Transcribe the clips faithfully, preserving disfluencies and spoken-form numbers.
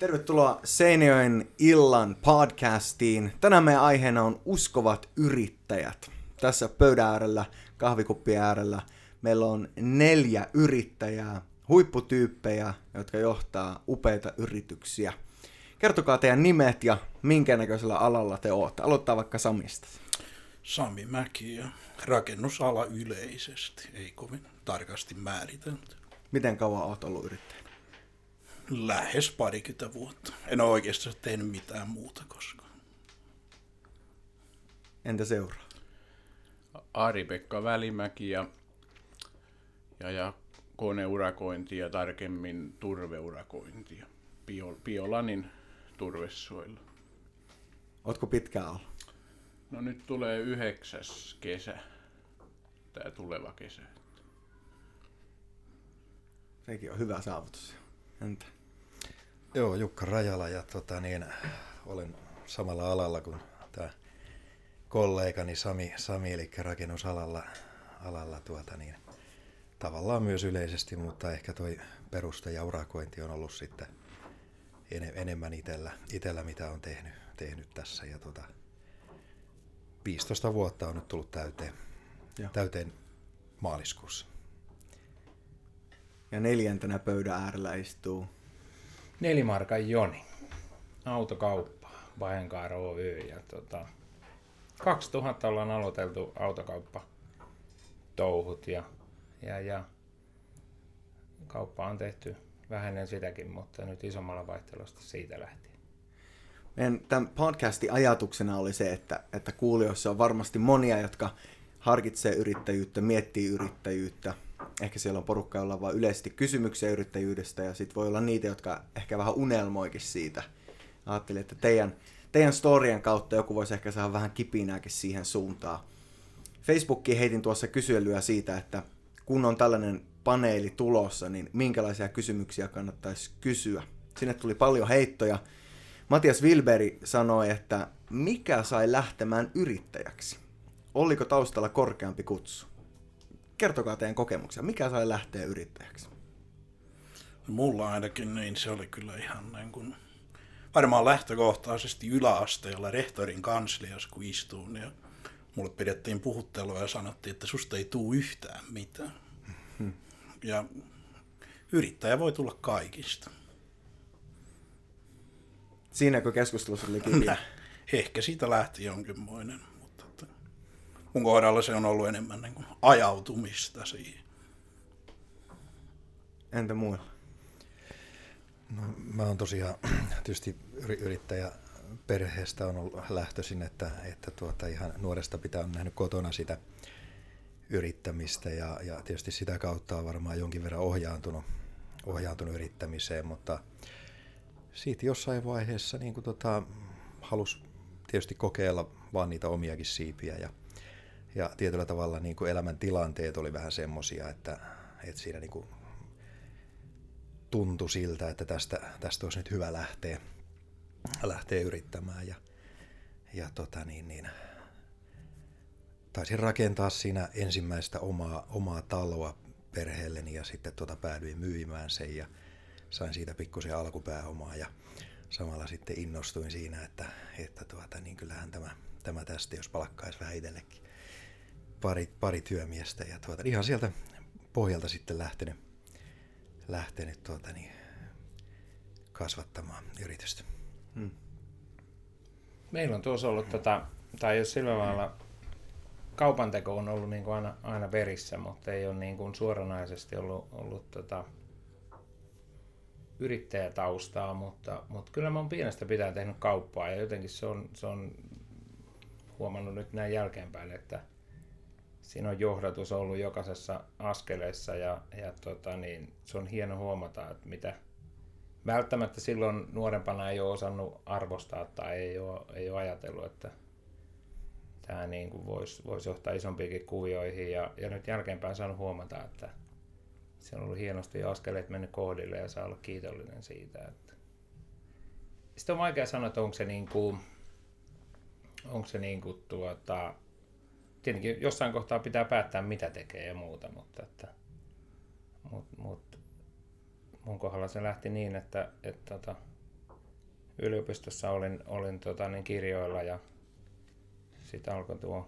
Tervetuloa Seinäjoen illan podcastiin. Tänään meidän aiheena on uskovat yrittäjät. Tässä pöydän äärellä, kahvikuppien äärellä, meillä on neljä yrittäjää, huipputyyppejä, jotka johtaa upeita yrityksiä. Kertokaa teidän nimet ja minkä näköisellä alalla te olette. Aloittaa vaikka Samista. Sami Mäki ja rakennusala yleisesti, ei kovin tarkasti määritelty. Miten kauan olet ollut yrittäjänä? Lähes parikymmentä vuotta. En ole oikeastaan tehnyt mitään muuta koskaan. Entä seuraa? Ari-Pekka Välimäki ja, ja, ja koneurakointia, tarkemmin turveurakointia. Bio, Biolanin turvesuojelu. Ootko pitkään ollut? No nyt tulee yhdeksäs kesä, tää tuleva kesä. Sekin on hyvä saavutus. Entä? Joo, Jukka Rajala ja tota, niin, olen samalla alalla kuin tämä kollegani Sami, Sami eli rakennusalalla alalla, tuota, niin, tavallaan myös yleisesti, mutta ehkä toi perusta ja urakointi on ollut sitten en, enemmän itellä, itellä, mitä on tehnyt, tehnyt tässä. Ja, tota, viisitoista vuotta on nyt tullut täyteen, täyteen maaliskuussa. Ja neljäntenä pöydän äärellä istuu Nelimarkan Joni, autokauppa, Bahenkaar Oy. Ja tota, kaksituhatta ollaan aloiteltu autokauppa touhut ja, ja, ja kauppa on tehty vähenen sitäkin, mutta nyt isommalla vaihtelusta siitä lähtien. Meidän tämän podcastin ajatuksena oli se, että, että kuulijoissa on varmasti monia, jotka harkitsee yrittäjyyttä, miettii yrittäjyyttä. Ehkä siellä on porukka, jolla on vain yleisesti kysymyksiä yrittäjyydestä, ja sitten voi olla niitä, jotka ehkä vähän unelmoikin siitä. Ajattelin, että teidän, teidän storien kautta joku voisi ehkä saada vähän kipinääkin siihen suuntaan. Facebookiin heitin tuossa kyselyä siitä, että kun on tällainen paneeli tulossa, niin minkälaisia kysymyksiä kannattaisi kysyä. Sinne tuli paljon heittoja. Matias Wilberi sanoi, että mikä sai lähtemään yrittäjäksi? Oliko taustalla korkeampi kutsu? Kertokaa teidän kokemuksia. Mikä sai lähteä yrittäjäksi? Mulla ainakin niin se oli kyllä ihan niin kuin, varmaan lähtökohtaisesti yläasteella rehtorin kansliassa kun istuin ja mulle pidettiin puhuttelua ja sanottiin, että susta ei tule yhtään mitään. Hmm. Ja yrittäjä voi tulla kaikista. Siinäkö keskustelussa oli kipiä? Ehkä siitä lähti jonkinmoinen. Mun kohdalla se on ollut enemmän niin kuin ajautumista siihen. Entä muilla? No, mä oon tosiaan tietysti yrittäjä perheestä on ollut lähtöisin, että, että tuota, ihan nuoresta pitää on nähnyt kotona sitä yrittämistä ja, ja tietysti sitä kautta on varmaan jonkin verran ohjaantunut, ohjaantunut yrittämiseen, mutta siitä jossain vaiheessa niin kuin tota, halusi tietysti kokeilla vaan niitä omiakin siipiä ja Ja tietyllä tavalla niin kuin elämäntilanteet oli vähän semmosia, että, että siinä niin kuin tuntui siltä, että tästä, tästä olisi nyt hyvä lähteä, lähteä yrittämään. Ja, ja tota niin, niin, taisin rakentaa siinä ensimmäistä omaa, omaa taloa perheelleni ja sitten tota päädyin myymään sen ja sain siitä pikkusen alkupääomaa ja samalla sitten innostuin siinä, että, että tuota, niin kyllähän tämä, tämä tästä, jos palkkaisi vähän itsellekin. Pari, pari työmiestä ja tuota, ihan sieltä pohjalta sitten lähtenyt, lähtenyt tuota, niin, kasvattamaan yritystä. Hmm. Meillä on tuossa ollut, tota, tai jos sillä lailla kaupanteko on ollut niin kuin aina, aina verissä, mutta ei ole niin kuin suoranaisesti ollut, ollut tota, yrittäjätaustaa, mutta, mutta kyllä mä oon pienestä pitää tehnyt kauppaa ja jotenkin se on, se on huomannut nyt näin jälkeenpäin, että siinä on johdatus ollut jokaisessa askeleessa ja, ja tota, niin, se on hieno huomata, että mitä välttämättä silloin nuorempana ei ole osannut arvostaa tai ei ole, ei ole ajatellut, että tämä niin kuin voisi, voisi johtaa isompiinkin kuvioihin ja, ja nyt jälkeenpäin saanut huomata, että se on ollut hienosti askeleet mennyt kohdille ja saa olla kiitollinen siitä. Että sitten on vaikea sanoa, että onko se, niin kuin, onko se niin kuin tuota, tietenkin jossain kohtaa pitää päättää, mitä tekee ja muuta, mutta että, mut, mut, mun kohdalla se lähti niin, että, että, että yliopistossa olin, olin tota, niin kirjoilla ja sitten alkoi tuo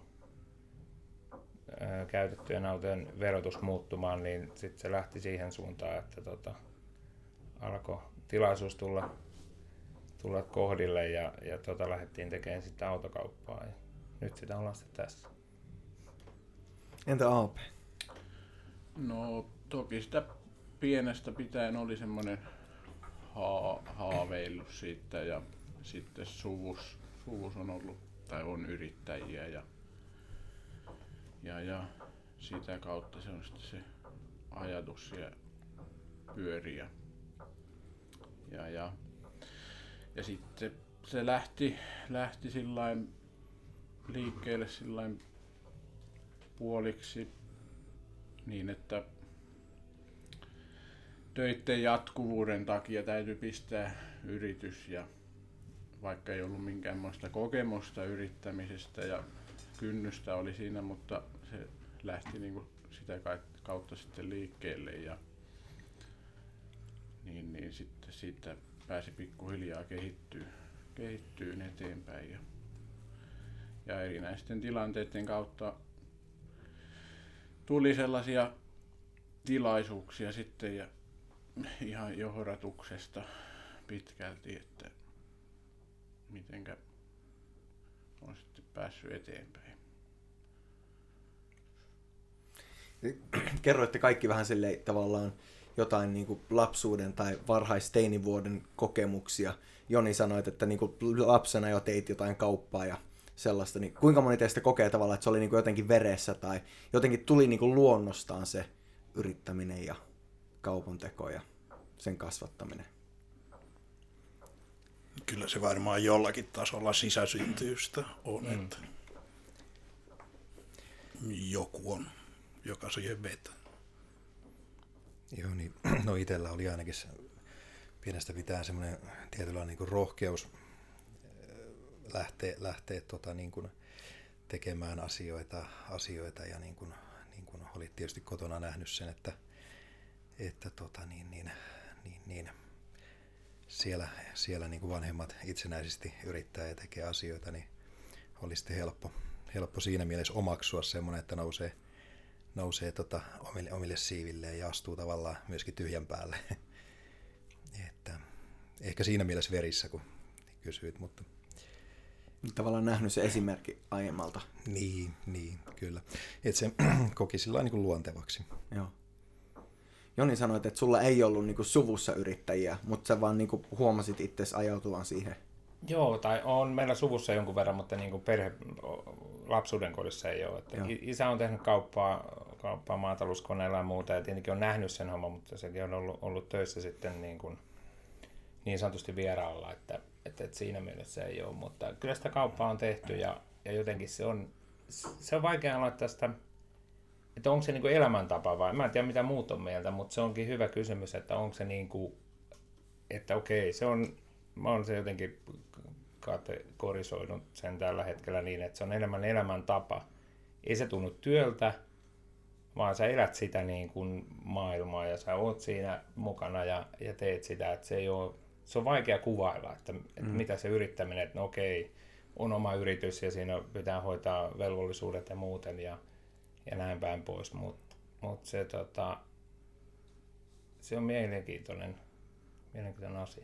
ää, käytettyjen autojen verotus muuttumaan, niin sitten se lähti siihen suuntaan, että tota, alkoi tilaisuus tulla, tulla kohdille ja, ja tota, lähdettiin tekemään sitten autokauppaa ja nyt sitä ollaan sitten tässä. Entä A P? No toki sitä pienestä pitäen oli semmoinen ha- haaveillut siitä ja sitten suvus, suvus on ollut tai on yrittäjiä ja, ja, ja sitä kautta se on sitten se ajatus siellä pyöriä. Ja, ja, ja sitten se lähti, lähti sillain liikkeelle sillain puoliksi niin, että töiden jatkuvuuden takia täytyy pistää yritys ja vaikka ei ollut minkäänmoista kokemusta yrittämisestä ja kynnystä oli siinä, mutta se lähti niin kuin sitä kautta sitten liikkeelle ja niin, niin sitten siitä pääsi pikkuhiljaa kehittyy, kehittyy eteenpäin ja, ja erinäisten tilanteiden kautta tuli sellaisia tilaisuuksia sitten ja ihan johdatuksesta pitkälti, että mitenkä on sitten päässyt eteenpäin. Kerroitte kaikki vähän silleen tavallaan jotain niin kuin lapsuuden tai varhaisteinivuoden kokemuksia. Joni sanoit, että niin kuin lapsena jo teit jotain kauppaa ja sellaista. Niin kuinka moni teistä kokee tavallaan, että se oli niin kuin jotenkin veressä tai jotenkin tuli niin kuin luonnostaan se yrittäminen ja kaupanteko ja sen kasvattaminen? Kyllä se varmaan jollakin tasolla sisäsyntyistä on, mm. että joku on, joka siihen vetää. Joo, niin no itsellä oli ainakin se, pienestä pitää semmoinen tietynlainen niin kuin rohkeus lähteä, lähteä tota, niin kuin tekemään asioita, asioita ja niin kuin, niin kuin olit tietysti kotona nähnyt sen, että, että tota, niin, niin, niin, niin, siellä, siellä niin kuin vanhemmat itsenäisesti yrittää ja tekee asioita, niin oli sitten helppo, helppo siinä mielessä omaksua semmoinen, että nousee, nousee tota omille, omille siivilleen ja astuu tavallaan myöskin tyhjän päälle. Että ehkä siinä mielessä verissä, kun kysyit, mutta tavallaan nähnyt se esimerkki aiemmalta. Niin, niin kyllä. Että se koki sillä niin kuin luontevaksi. Joo. Joni sanoit, että sulla ei ollut niin kuin suvussa yrittäjiä, mutta sä vaan niin kuin huomasit itsesi ajautuvan siihen. Joo, tai on meillä suvussa jonkun verran, mutta niin kuin perhe lapsuuden kodissa ei ole. Että isä on tehnyt kauppaa, kauppaa maatalouskoneilla ja muuta, ja tietenkin on nähnyt sen homman, mutta sekin on ollut, ollut töissä sitten niin, kuin, niin sanotusti vieraalla, että, että, että siinä mielessä ei ole. Mutta kyllä sitä kauppaa on tehty, ja, ja jotenkin se on, se on vaikea aloittaa sitä, että onko se niin kuin elämäntapa vai, mä en tiedä mitä muut on mieltä, mutta se onkin hyvä kysymys, että onko se niin kuin, että okei, se on, mä oon se jotenkin kategorisoinut sen tällä hetkellä niin, että se on enemmän elämäntapa. Ei se tunnu työltä, vaan sä elät sitä niin kuin maailmaa ja sä oot siinä mukana ja, ja teet sitä. Että se, ei ole, se on vaikea kuvailla, että, että mm. mitä se yrittäminen, että no okei, on oma yritys ja siinä pitää hoitaa velvollisuudet ja muuten ja, ja näin päin pois. Mutta mut se, tota, se on mielenkiintoinen, mielenkiintoinen asia.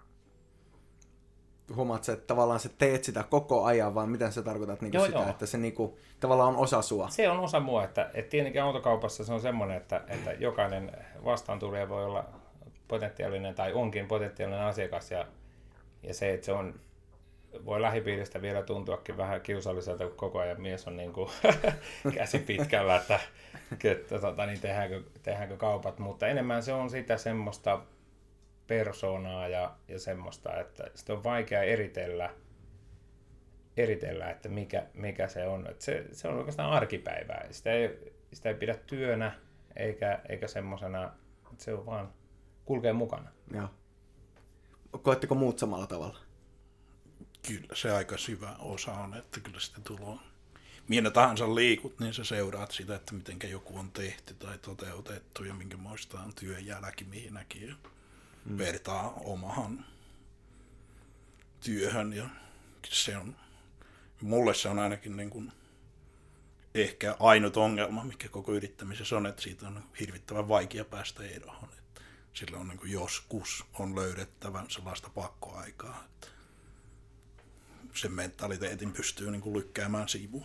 Huomaat sä, että tavallaan sä teet sitä koko ajan, vaan miten sä tarkoitat niinku joo, sitä, joo. että se niinku, tavallaan on osa sua? Se on osa mua, että, että tietenkin autokaupassa se on semmoinen, että, että jokainen vastaantulija voi olla potentiaalinen tai onkin potentiaalinen asiakas ja, ja se, että se on, voi lähipiiristä vielä tuntuakin vähän kiusalliselta, kun koko ajan mies on niin kuin käsi pitkällä, että, että tota, niin tehdäänkö, tehdäänkö kaupat, mutta enemmän se on sitä semmoista persoonaa ja, ja semmoista, että sitä on vaikea eritellä, eritellä että mikä, mikä se on. Että se, se on oikeastaan arkipäivää. Sitä ei, sitä ei pidä työnä eikä, eikä semmoisena, että se on vaan kulkee mukana. Joo. Koetteko muut samalla tavalla? Kyllä se aika syvä osa on, että kyllä sitä tulee. Minä tahansa liikut, niin sä seuraat sitä, että miten joku on tehty tai toteutettu ja minkämoista on työn jälki mihinäkin. Mm. Vertaa omahan. työhön ja se on, mulle se on ainakin niin kuin ehkä ainut ongelma, mikä koko yrittämisessä on, että siitä on hirvittävän vaikea päästä eroon. Että sillä on niin kuin joskus on löydettävä sellaista pakkoaikaa, että sen mentaliteetin pystyy niin kuin lykkäämään sivuun.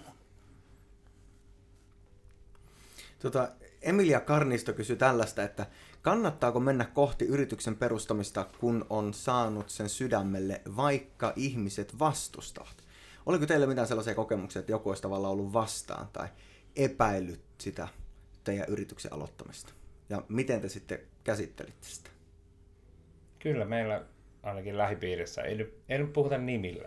Tota, Emilia Karnisto kysyi tällaista, että kannattaako mennä kohti yrityksen perustamista, kun on saanut sen sydämelle, vaikka ihmiset vastustavat? Oliko teillä mitään sellaisia kokemuksia, että joku olisi tavallaan ollut vastaan tai epäillyt sitä teidän yrityksen aloittamista? Ja miten te sitten käsittelitte sitä? Kyllä meillä ainakin lähipiirissä, ei nyt, ei nyt puhuta nimillä,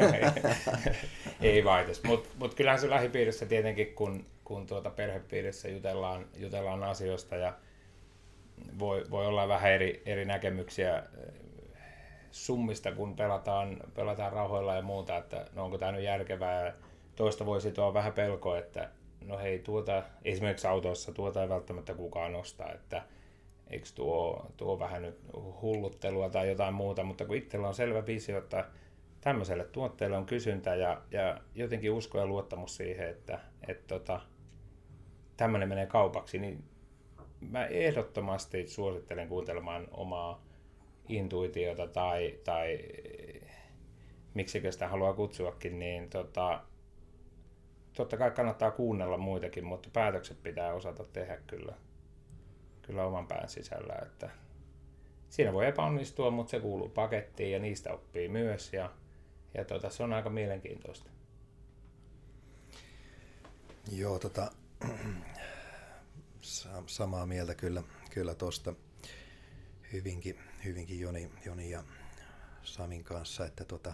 ei vaites, mutta mut kyllähän se lähipiirissä tietenkin, kun, kun tuota perhepiirissä jutellaan, jutellaan asioista ja voi, voi olla vähän eri, eri näkemyksiä summista, kun pelataan, pelataan rahoilla ja muuta, että no onko tämä nyt järkevää, ja toista voisi tuoda vähän pelkoa, että no hei, tuota, esimerkiksi autoissa tuota ei välttämättä kukaan ostaa, että eikö tuo, tuo vähän nyt hulluttelua tai jotain muuta, mutta kun itsellä on selvä visio, että tämmöiselle tuotteelle on kysyntä ja, ja jotenkin usko ja luottamus siihen, että et tota, tämmöinen menee kaupaksi, niin mä ehdottomasti suosittelen kuuntelemaan omaa intuitiota tai, tai miksikö sitä haluaa kutsuakin, niin tota, totta kai kannattaa kuunnella muitakin, mutta päätökset pitää osata tehdä kyllä. kyllä oman pään sisällä, että siinä voi epäonnistua, mutta se kuuluu pakettiin ja niistä oppii myös ja, ja tota, se on aika mielenkiintoista. Joo, tota, samaa mieltä kyllä, kyllä tuosta hyvinkin, hyvinkin Joni, Joni ja Samin kanssa, että tota,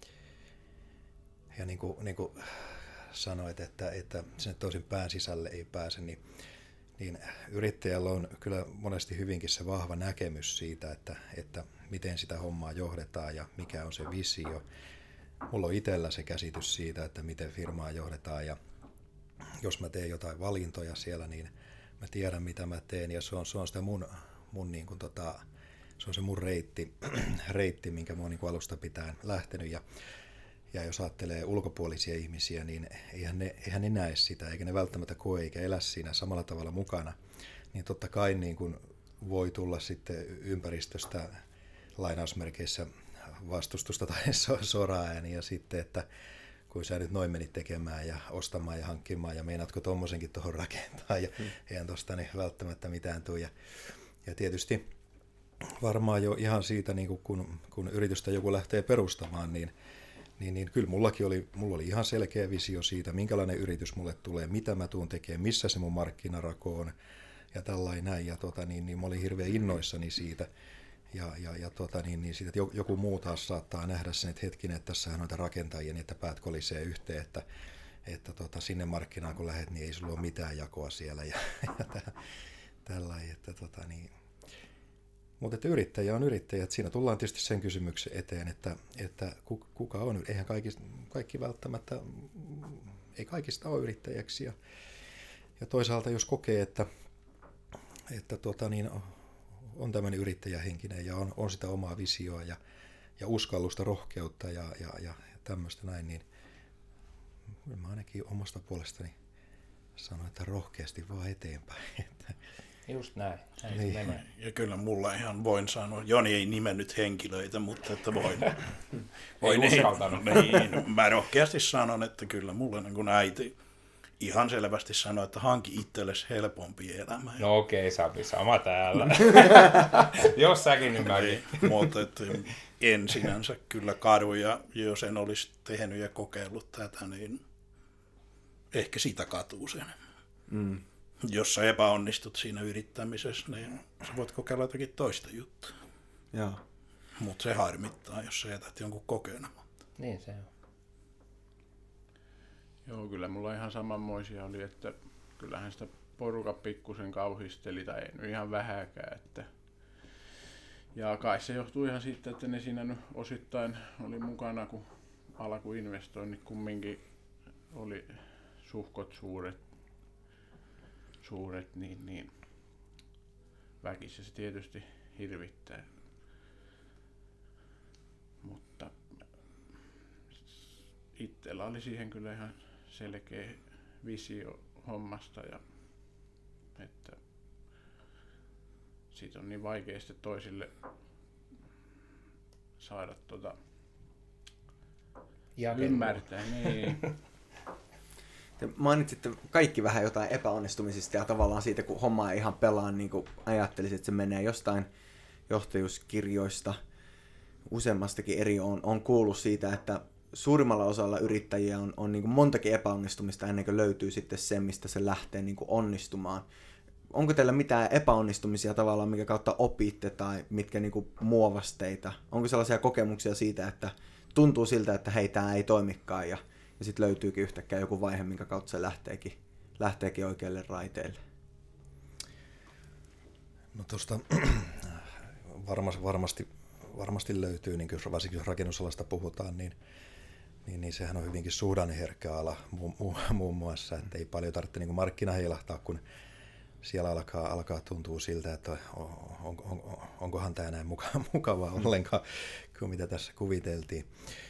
ja niin kuin, niin kuin sanoit, että, että sinne toisin pään sisälle ei pääse, niin niin yrittäjällä on kyllä monesti hyvinkin se vahva näkemys siitä, että, että miten sitä hommaa johdetaan ja mikä on se visio. Mulla on itsellä se käsitys siitä, että miten firmaa johdetaan ja jos mä teen jotain valintoja siellä, niin mä tiedän mitä mä teen ja se on, se on sitä mun, mun niin kuin tota, se on se mun reitti, reitti minkä mä oon niin kuin alusta pitäen lähtenyt ja Ja jos ajattelee ulkopuolisia ihmisiä, niin eihän ne, eihän ne näe sitä, eikä ne välttämättä koe eikä elä siinä samalla tavalla mukana. Niin totta kai niin kuin voi tulla sitten ympäristöstä lainausmerkeissä vastustusta tai soraääniä sitten, että kun sä nyt noin menit tekemään ja ostamaan ja hankkimaan ja meinaatko tommosenkin tuohon rakentaa ja hmm. eihän tosta niin välttämättä mitään tule. Ja, ja tietysti varmaan jo ihan siitä, niin kuin kun, kun yritystä joku lähtee perustamaan, niin Niin, niin kyllä mullakin oli, mulla oli ihan selkeä visio siitä, minkälainen yritys mulle tulee, mitä mä tuun tekemään, missä se mun markkinarako on ja tällainen näin. Ja tota, niin, niin mä olin hirveän innoissani siitä. Ja, ja, ja tota, niin, niin siitä, että joku muu taas saattaa nähdä sen, että hetkinen, että tässähän on noita rakentajia, niin että päät kolisee yhteen, että, että tota, sinne markkinaan kun lähdet, niin ei sulla ole mitään jakoa siellä. Ja, ja tällainen, että tota niin... Mutta että yrittäjä on yrittäjä, että siinä tullaan tietysti sen kysymyksen eteen, että, että kuka on, eihän kaikki, kaikki välttämättä, ei kaikista ole yrittäjäksi. Ja, ja toisaalta jos kokee, että, että tota niin, on tämmöinen yrittäjähenkinen ja on, on sitä omaa visioa ja, ja uskallusta, rohkeutta ja, ja, ja tämmöistä näin, niin mä ainakin omasta puolestani sanon, että rohkeasti vaan eteenpäin. Just näin. Niin. Ja kyllä mulla ihan voin sanoa, Joni ei nimennyt henkilöitä, mutta että voin. voin ei uskaltanut. Niin, mä rohkeasti sanon, että kyllä mulla niin kuin äiti ihan selvästi sanoi, että hanki itsellesi helpompi elämä. No okei, okay, sama täällä. Jos säkin, niin mäkin. Niin, mutta että en sinänsä kyllä kadu, ja jos en olisi tehnyt ja kokeillut tätä, niin ehkä sitä katuu sen. Mm. Jos sä epäonnistut siinä yrittämisessä, niin sä voit kokeilla jotakin toista juttua. Mutta se harmittaa, jos sä jätät jonkun kokeilematta. Niin se on. Joo, kyllä mulla ihan samanmoisia oli, että kyllähän sitä porukka pikkusen kauhisteli, tai ei nyt ihan vähäkään. Että... Ja kai se johtuu ihan siitä, että ne siinä nyt osittain oli mukana, kun alkuinvestoinnit kumminkin oli suhkot suuret. suuret, niin, niin väkissä se tietysti hirvittää. Mutta itsellä oli siihen kyllä ihan selkeä visio hommasta ja että siitä on niin vaikea sitten toisille saada tuota ymmärtää. Niin. Te mainitsitte kaikki vähän jotain epäonnistumisista ja tavallaan siitä, kun homma ei ihan pelaa, niin kuin ajattelisit, että se menee jostain johtajuuskirjoista. Useammastakin eri on, on kuullut siitä, että suurimmalla osalla yrittäjiä on, on niin kuin montakin epäonnistumista ennen kuin löytyy sitten se, mistä se lähtee niin kuin onnistumaan. Onko teillä mitään epäonnistumisia tavallaan, mikä kautta opitte tai mitkä niin kuin muovasteita? Onko sellaisia kokemuksia siitä, että tuntuu siltä, että hei, tämä ei toimikaan ja, ja sitten löytyykin yhtäkkiä joku vaihe, minkä kautta se lähteekin, lähteekin oikealle raiteelle? No tuosta varmasti, varmasti, varmasti löytyy, niin jos, varsinkin jos rakennusalasta puhutaan, niin, niin, niin sehän on hyvinkin suhdanneherkkä ala mu, mu, muun muassa, että ei paljon tarvitse niin markkina heilahtaa, kun siellä alkaa, alkaa tuntua siltä, että on, on, on, onkohan tämä näin mukavaa ollenkaan, kuin mitä tässä kuviteltiin.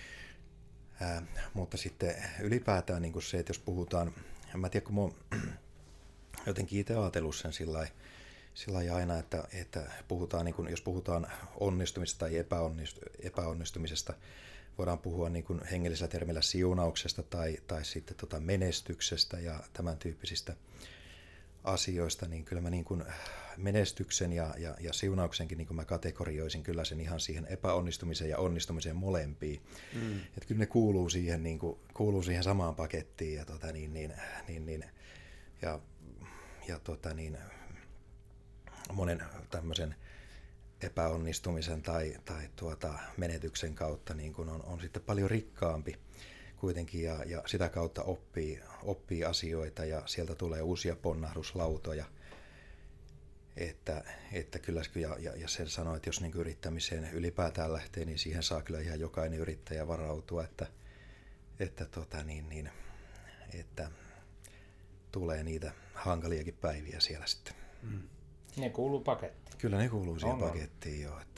Ää, mutta sitten ylipäätään niin kuin se, että jos puhutaan, en mä tiedä, kun mä oon jotenkin itse ajatellut sen sillä lailla aina, että, että puhutaan, niin kuin, jos puhutaan onnistumisesta tai epäonnistumisesta, voidaan puhua niin kuin hengellisellä termillä siunauksesta tai, tai sitten tota menestyksestä ja tämän tyyppisistä asioista, niin kyllä mä niin kuin menestyksen ja, ja, ja siunauksenkin niin kuin mä kategorioisin kyllä sen ihan siihen epäonnistumiseen ja onnistumiseen molempiin. Mm. Että kyllä ne kuuluu siihen, niin kuin, kuuluu siihen samaan pakettiin ja, tota, niin, niin, niin, niin, ja, ja tota, niin, monen tämmöisen epäonnistumisen tai, tai tuota, menetyksen kautta niin kuin on, on sitten paljon rikkaampi kuitenkin ja, ja sitä kautta oppii, oppii asioita ja sieltä tulee uusia ponnahduslautoja. Että, että kyllä, ja, ja, ja sen sanoo, että jos niin yrittämiseen ylipäätään lähtee, niin siihen saa kyllä ihan jokainen yrittäjä varautua, että, että, tota, niin, niin, että tulee niitä hankaliakin päiviä siellä sitten. Mm. Ne kuuluu pakettiin. Kyllä ne kuuluu siihen on, pakettiin jo. Että,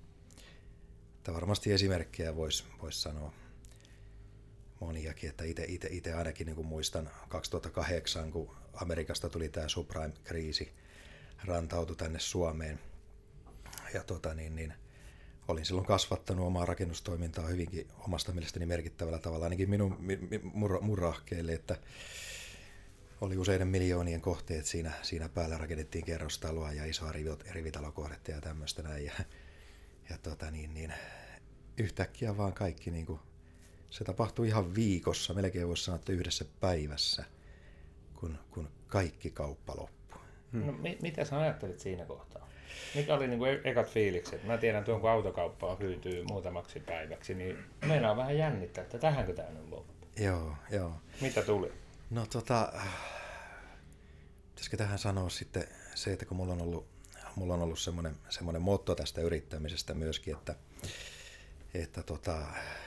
että varmasti esimerkkejä voisi vois sanoa moniakin, että itse ainakin niin kuin muistan kaksituhattakahdeksan, kun Amerikasta tuli tämä subprime-kriisi, rantautui tänne Suomeen. Ja tota, niin, niin, olin silloin kasvattanut omaa rakennustoimintaa hyvinkin omasta mielestäni merkittävällä tavalla, ainakin minun mun rahkeelle, että oli useiden miljoonien kohteet siinä, siinä päällä, rakennettiin kerrostaloa ja isoa rivitalokohdetta ja tämmöistä näin. Ja, ja tota, niin, niin, yhtäkkiä vaan kaikki, niin kuin, se tapahtui ihan viikossa, melkein voisi sanoa, että yhdessä päivässä, kun, kun kaikki kauppa loppui. Hmm. No, mi- mitä sä ajattelit siinä kohtaa? Mikä oli niin kuin ekat fiilikset? Mä tiedän, tuon kun autokauppaa hyytyy muutamaksi päiväksi, niin meillä on vähän jännittää, että tähänkö tämä nyt loppu? Joo, joo. Mitä tuli? No tota, pitäisikö tähän sanoa sitten se, että kun mulla on ollut, mulla on ollut semmoinen, semmoinen motto tästä yrittämisestä myöskin, että, että tota,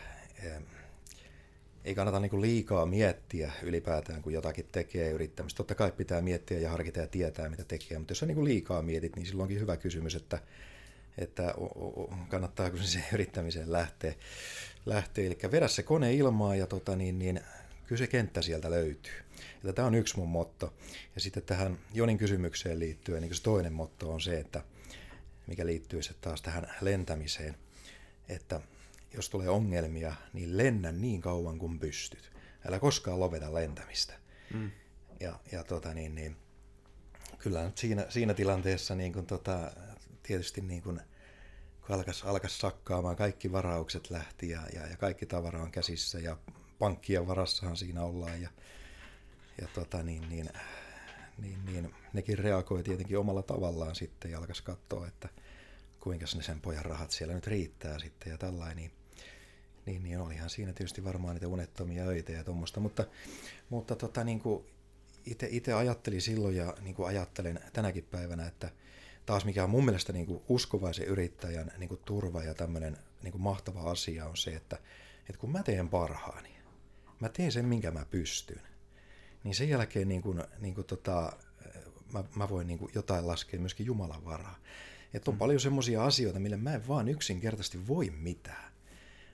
ei kannata niinku liikaa miettiä ylipäätään, kun jotakin tekee yrittämistä. Totta kai pitää miettiä ja harkita ja tietää, mitä tekee, mutta jos sä niinku liikaa mietit, niin silloin onkin hyvä kysymys, että, että kannattaako se siihen yrittämiseen lähteä. lähteä. Eli vedä se kone ilmaan ja tota, niin, niin, kyllä se kenttä sieltä löytyy. Ja tämä on yksi mun motto. Ja sitten tähän Jonin kysymykseen liittyen, niin se toinen motto on se, että mikä liittyy se taas tähän lentämiseen, että jos tulee ongelmia, niin lennä niin kauan kuin pystyt. Älä koskaan lopeta lentämistä. Mm. Ja, ja tota, niin, niin, kyllä nyt siinä, siinä tilanteessa niin kun, tota, tietysti niin kun, kun alkaisi alkas sakkaamaan, kaikki varaukset lähti ja, ja, ja kaikki tavara on käsissä ja pankkien varassahan siinä ollaan. Ja, ja tota, niin, niin, niin, niin, nekin reagoi tietenkin omalla tavallaan sitten ja alkaisi katsoa, että kuinka ne sen pojan rahat siellä nyt riittää sitten ja tällainen. Niin, niin, niin olihan siinä tietysti varmaan niitä unettomia öitä ja tuommoista, mutta, mutta tota, niin kuin itse ajattelin silloin ja niin kuin ajattelen tänäkin päivänä, että taas mikä on mun mielestä niin kuin uskovaisen yrittäjän niin kuin turva ja tämmöinen niin kuin mahtava asia on se, että, että kun mä teen parhaani, mä teen sen minkä mä pystyn, niin sen jälkeen niin kuin, niin kuin tota, mä, mä voin niin kuin jotain laskea myöskin Jumalan varaa. Että on mm. paljon semmoisia asioita, mille mä en vaan yksinkertaisesti voi mitään.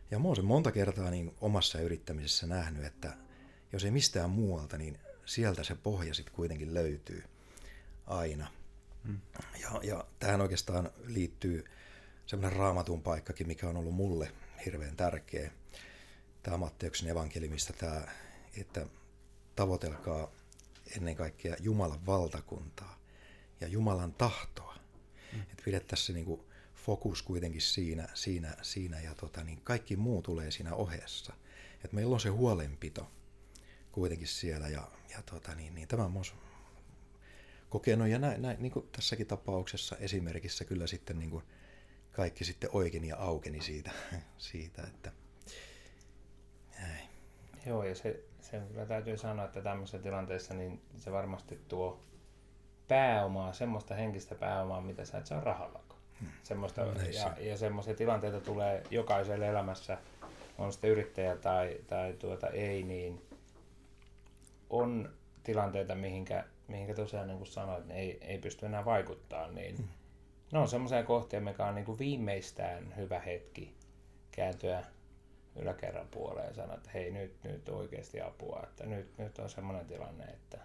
Ja mä oon sen monta kertaa niin omassa yrittämisessä nähnyt, että jos ei mistään muualta, niin sieltä se pohja sitten kuitenkin löytyy aina. Hmm. Ja, ja tähän oikeastaan liittyy semmoinen raamatun paikkakin, mikä on ollut mulle hirveän tärkeä. Tämä Matteuksen evankeliumista tämä, että tavoitelkaa ennen kaikkea Jumalan valtakuntaa ja Jumalan tahtoa. Hmm. Että pidettäisiin se niinku fokus kuitenkin siinä, siinä, siinä ja tota, niin kaikki muu tulee siinä ohessa. Että meillä on se huolenpito kuitenkin siellä ja, ja tota, niin, niin, tämä on kokenut ja näin, näin, niin kuin tässäkin tapauksessa esimerkissä kyllä sitten niin kuin kaikki sitten oikein ja aukeni siitä, siitä että näin. Joo, ja se, se kyllä täytyy sanoa, että tämmöisessä tilanteessa niin se varmasti tuo pääomaa, semmoista henkistä pääomaa, mitä sä et saa rahallakaan. Hmm. Semmoista, ja, ja semmoisia tilanteita tulee jokaiselle elämässä, on sitten yrittäjä tai, tai tuota, ei, niin on tilanteita, mihinkä, mihinkä tosiaan niin kuin sanoit, niin ei, ei pysty enää vaikuttaa, niin hmm. ne on semmoisia kohtia, mikä on niin kuin viimeistään hyvä hetki kääntyä yläkerran puoleen ja sanoa, että hei, nyt, nyt oikeasti apua, että nyt, nyt on semmoinen tilanne, että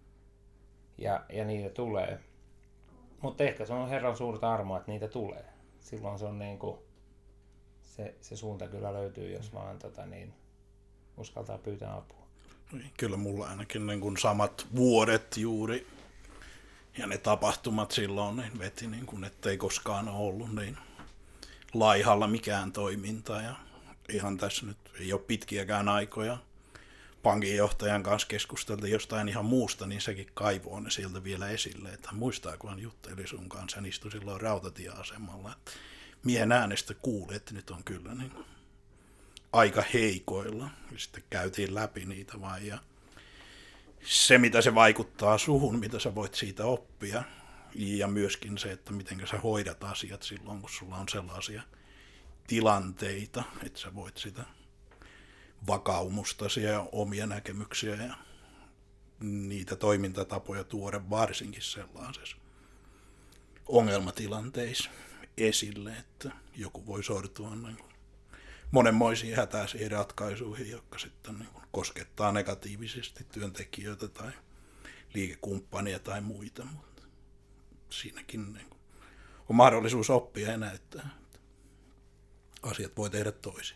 ja, ja niitä tulee. Mutta ehkä se on Herran suurta armoa, että niitä tulee. Silloin se on niin kuin, se, se suunta kyllä löytyy, jos vaan tota, niin, uskaltaa pyytää apua. Kyllä mulla ainakin niin kuin samat vuodet juuri ja ne tapahtumat silloin niin veti, niin kuin, ettei koskaan ole ollut niin laihalla mikään toiminta. Ja ihan tässä nyt ei ole pitkiäkään aikoja. Pankinjohtajan kanssa keskusteltiin jostain ihan muusta, niin sekin kaivoo ne sieltä vielä esille. Että muistaa, kun hän jutteli sun kanssa, hän istui silloin rautatieasemalla. Miehen äänestä kuuli, että nyt on kyllä niin aika heikoilla. Ja sitten käytiin läpi niitä vaan. Ja se, mitä se vaikuttaa suhun, mitä sä voit siitä oppia. Ja myöskin se, että miten sä hoidat asiat silloin, kun sulla on sellaisia tilanteita, että sä voit sitä vakaumustasi ja omia näkemyksiä ja niitä toimintatapoja tuoda varsinkin sellaisessa ongelmatilanteissa esille, että joku voi sortua niin kuin monenmoisiin hätäisiin ratkaisuihin, jotka sitten niin kuin koskettaa negatiivisesti työntekijöitä tai liikekumppania tai muita, mutta siinäkin niin kuin on mahdollisuus oppia ja näyttää, että asiat voi tehdä toisin.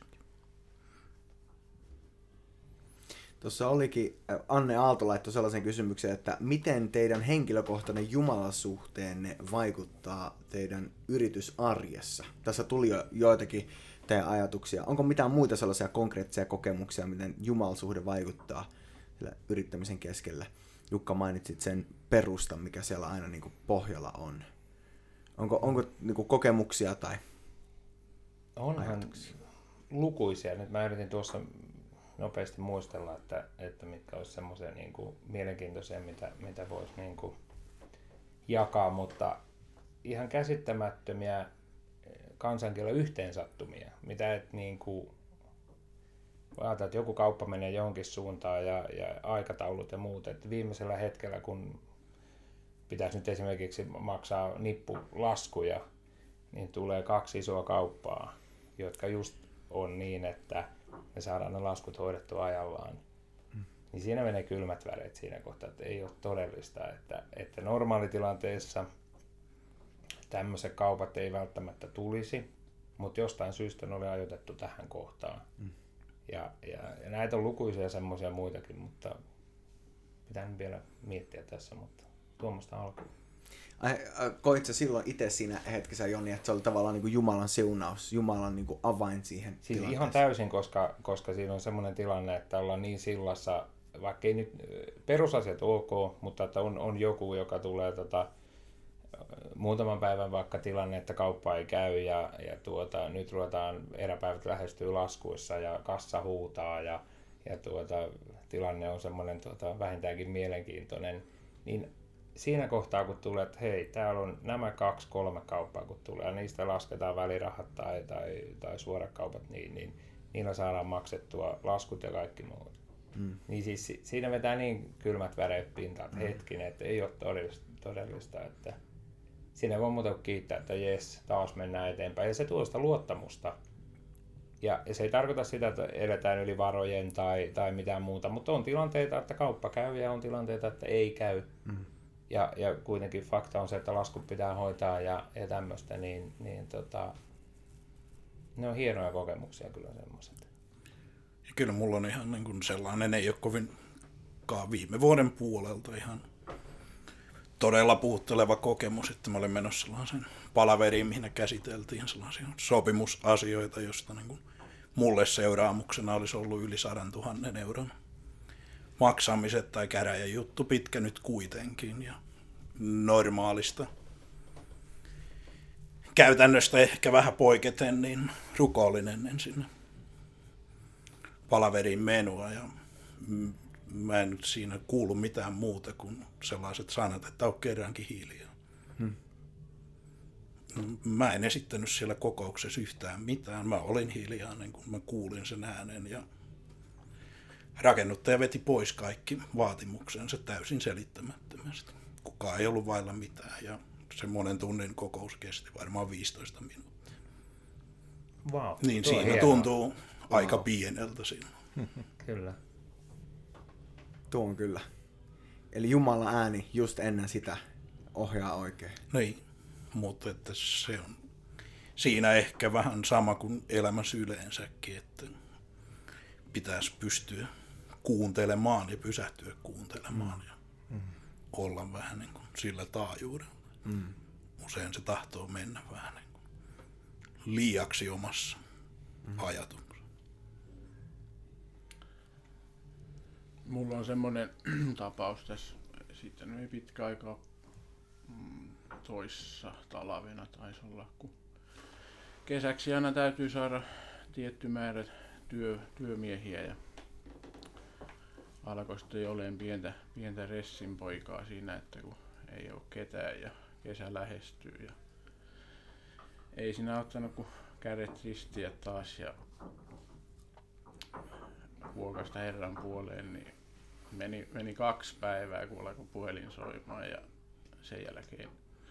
Tuossa olikin, Anne Aalto laittoi sellaisen kysymyksen, että miten teidän henkilökohtainen jumalasuhteenne vaikuttaa teidän yritysarjessa? Tässä tuli jo joitakin teidän ajatuksia. Onko mitään muita sellaisia konkreettisia kokemuksia, miten jumalasuhde vaikuttaa yrittämisen keskellä? Jukka, mainitsit sen perustan, mikä siellä aina niin kuin pohjalla on. Onko, onko niin kuin kokemuksia tai Onhan ajatuksia? Lukuisia. Nyt mä yritin tuossa nopeasti muistella, että, että mitkä olisi semmoisia niin kuin mielenkiintoisia, mitä, mitä voisi niin kuin jakaa, mutta ihan käsittämättömiä kansankielen yhteensattumia, mitä et niin kuin ajatella, että joku kauppa menee johonkin suuntaan ja, ja aikataulut ja muut, että viimeisellä hetkellä, kun pitäisi nyt esimerkiksi maksaa nippulaskuja, niin tulee kaksi isoa kauppaa, jotka just on niin, että me saadaan ne laskut hoidettua ajallaan. Mm. Niin siinä menee kylmät väreet siinä kohtaa, että ei ole todellista, että, että normaalitilanteessa tämmöiset kaupat ei välttämättä tulisi, mutta jostain syystä ne oli ajoitettu tähän kohtaan. Mm. Ja, ja, ja näitä on lukuisia semmoisia muitakin, mutta pitää nyt vielä miettiä tässä, mutta tuommoista alkuun. Koit sä silloin itse siinä hetkessä, Joni, että se oli tavallaan niin kuin Jumalan siunaus, Jumalan niin kuin avain siihen siis ihan täysin, koska, koska siinä on semmoinen tilanne, että ollaan niin sillassa, vaikka ei nyt perusasiat ok, mutta että on, on joku, joka tulee tota, muutaman päivän vaikka tilanne, että kauppa ei käy ja, ja tuota, nyt ruvetaan eräpäivät lähestyy laskuissa ja kassa huutaa ja, ja tuota, tilanne on semmoinen tuota, vähintäänkin mielenkiintoinen, niin siinä kohtaa, kun tulee, että hei, täällä on nämä kaksi, kolme kauppaa, kun tulee, ja niistä lasketaan välirahat tai, tai, tai suorat kaupat, niin, niin niillä saadaan maksettua laskut ja kaikki muut. Mm. Niin siis siinä vetää niin kylmät väreet pintaan, että mm. hetkinen, että ei ole todellista, todellista, että siinä voi muuta kuin kiittää, että jes, taas mennään eteenpäin. Ja se tuo sitä luottamusta Ja, ja se ei tarkoita sitä, että eletään yli varojen tai, tai mitään muuta, mutta on tilanteita, että kauppa käy ja on tilanteita, että ei käy. Mm. Ja, ja kuitenkin fakta on se, että laskut pitää hoitaa ja, ja tämmöistä, niin, niin tota, ne on hienoja kokemuksia kyllä semmoiset. Ja kyllä mulla on ihan niin kuin sellainen, ei ole kovinkaan viime vuoden puolelta ihan todella puhutteleva kokemus, että mä olin menossa sellaisen palaveriin, mihin käsiteltiin sellaisia sopimusasioita, josta niin kuin mulle seuraamuksena olisi ollut yli sadan tuhannen euron maksamiset tai käräjän juttu pitkä nyt kuitenkin ja normaalista käytännöstä ehkä vähän poiketen, niin rukollinen en sinne palaveriin menua ja mä en nyt siinä kuulu mitään muuta kuin sellaiset sanat, että on kerrankin hiljaa. Hmm. Mä en esittänyt siellä kokouksessa yhtään mitään. Mä olin hiljainen, kun mä kuulin sen äänen ja rakennuttaja veti pois kaikki vaatimuksensa täysin selittämättömästi. Kukaan ei ollut vailla mitään ja se monen tunnin kokous kesti varmaan viisitoista minuuttia. Wow, niin siinä hienoa. Tuntuu wow. aika pieneltä siinä. Kyllä. Tuo on kyllä. Eli Jumalan ääni just ennen sitä ohjaa oikein. Niin, mutta että se on siinä ehkä vähän sama kuin elämässä yleensäkin, että pitäisi pystyä kuuntelemaan ja pysähtyä kuuntelemaan mm. ja mm. olla vähän niin kuin sillä taajuudella. Mm. Usein se tahtoo mennä vähän niin kuin liiaksi omassa mm. ajatuksessa. Mulla on semmoinen tapaus tässä, sitten ei pitkä aikaa toissa talvena taisi olla, kun kesäksi aina täytyy saada tietty määrä työ, työmiehiä ja alkoi sitten olemaan pientä, pientä ressinpoikaa siinä, että kun ei ole ketään ja kesä lähestyy ja ei siinä ottanut kuin kädet ristiä taas ja vuokasta Herran puoleen, niin meni, meni kaksi päivää, kun alkoi puhelin soimaan ja sen jälkeen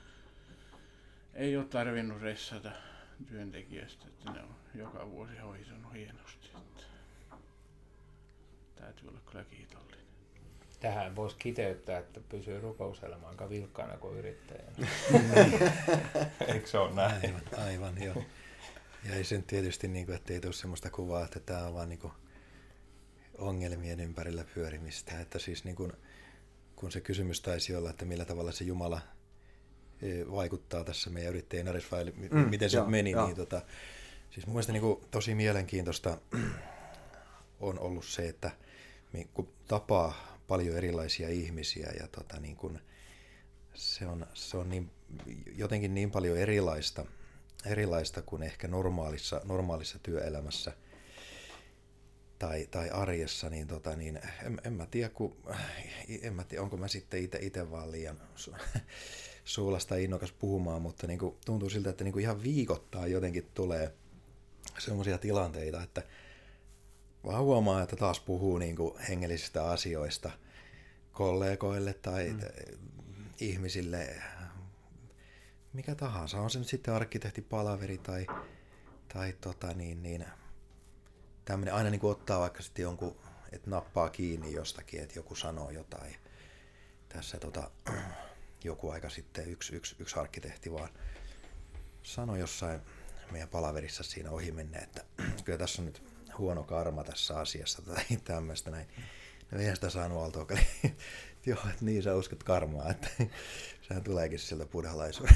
ei ole tarvinnut ressata työntekijästä, että ne on joka vuosi hoitanut hienosti. Että täytyy olla kyllä kiitollinen. Tähän voisi kiteyttää, että pysyy rukouselämä aika vilkkaana kuin yrittäjänä. Eikö se ole näin? Aivan, aivan joo. Ja ei sen tietysti, niin kuin, että ei tule sellaista kuvaa, että tämä on vaan niin kuin ongelmien ympärillä pyörimistä. Että siis niin kuin, kun se kysymys taisi olla, että millä tavalla se Jumala vaikuttaa tässä meidän yrittäjien arjessa, mm, miten se joo, meni, joo. niin tota, siis mun mielestä niin kuin tosi mielenkiintoista on ollut se, että kun tapaa paljon erilaisia ihmisiä ja tota, niin kun se on, se on niin, jotenkin niin paljon erilaista, erilaista kuin ehkä normaalissa, normaalissa työelämässä tai, tai arjessa, niin, tota, niin en, en mä tiedä, kun, en mä tiedä, onko mä sitten ite, ite vaan liian su, suulasta innokas puhumaan, mutta niin kuin, tuntuu siltä, että niin kuin ihan viikoittain jotenkin tulee sellaisia tilanteita, että vaan huomaa, että taas puhuu niin kuin hengellisistä asioista kollegoille tai mm. ihmisille, mikä tahansa. On se nyt sitten arkkitehtipalaveri tai, tai tota niin, niin, tämmöinen aina niin kuin ottaa vaikka sitten jonkun, että nappaa kiinni jostakin, että joku sanoo jotain. Tässä tota, joku aika sitten yksi, yksi, yksi arkkitehti vaan sanoi jossain meidän palaverissa siinä ohi menne, että kyllä tässä on nyt huono karma tässä asiassa tai tämmöistä näin. No eihän sitä saanut altoa, joo, että niin sä uskot karmaa, että sehän tuleekin sieltä buddhalaisuuden.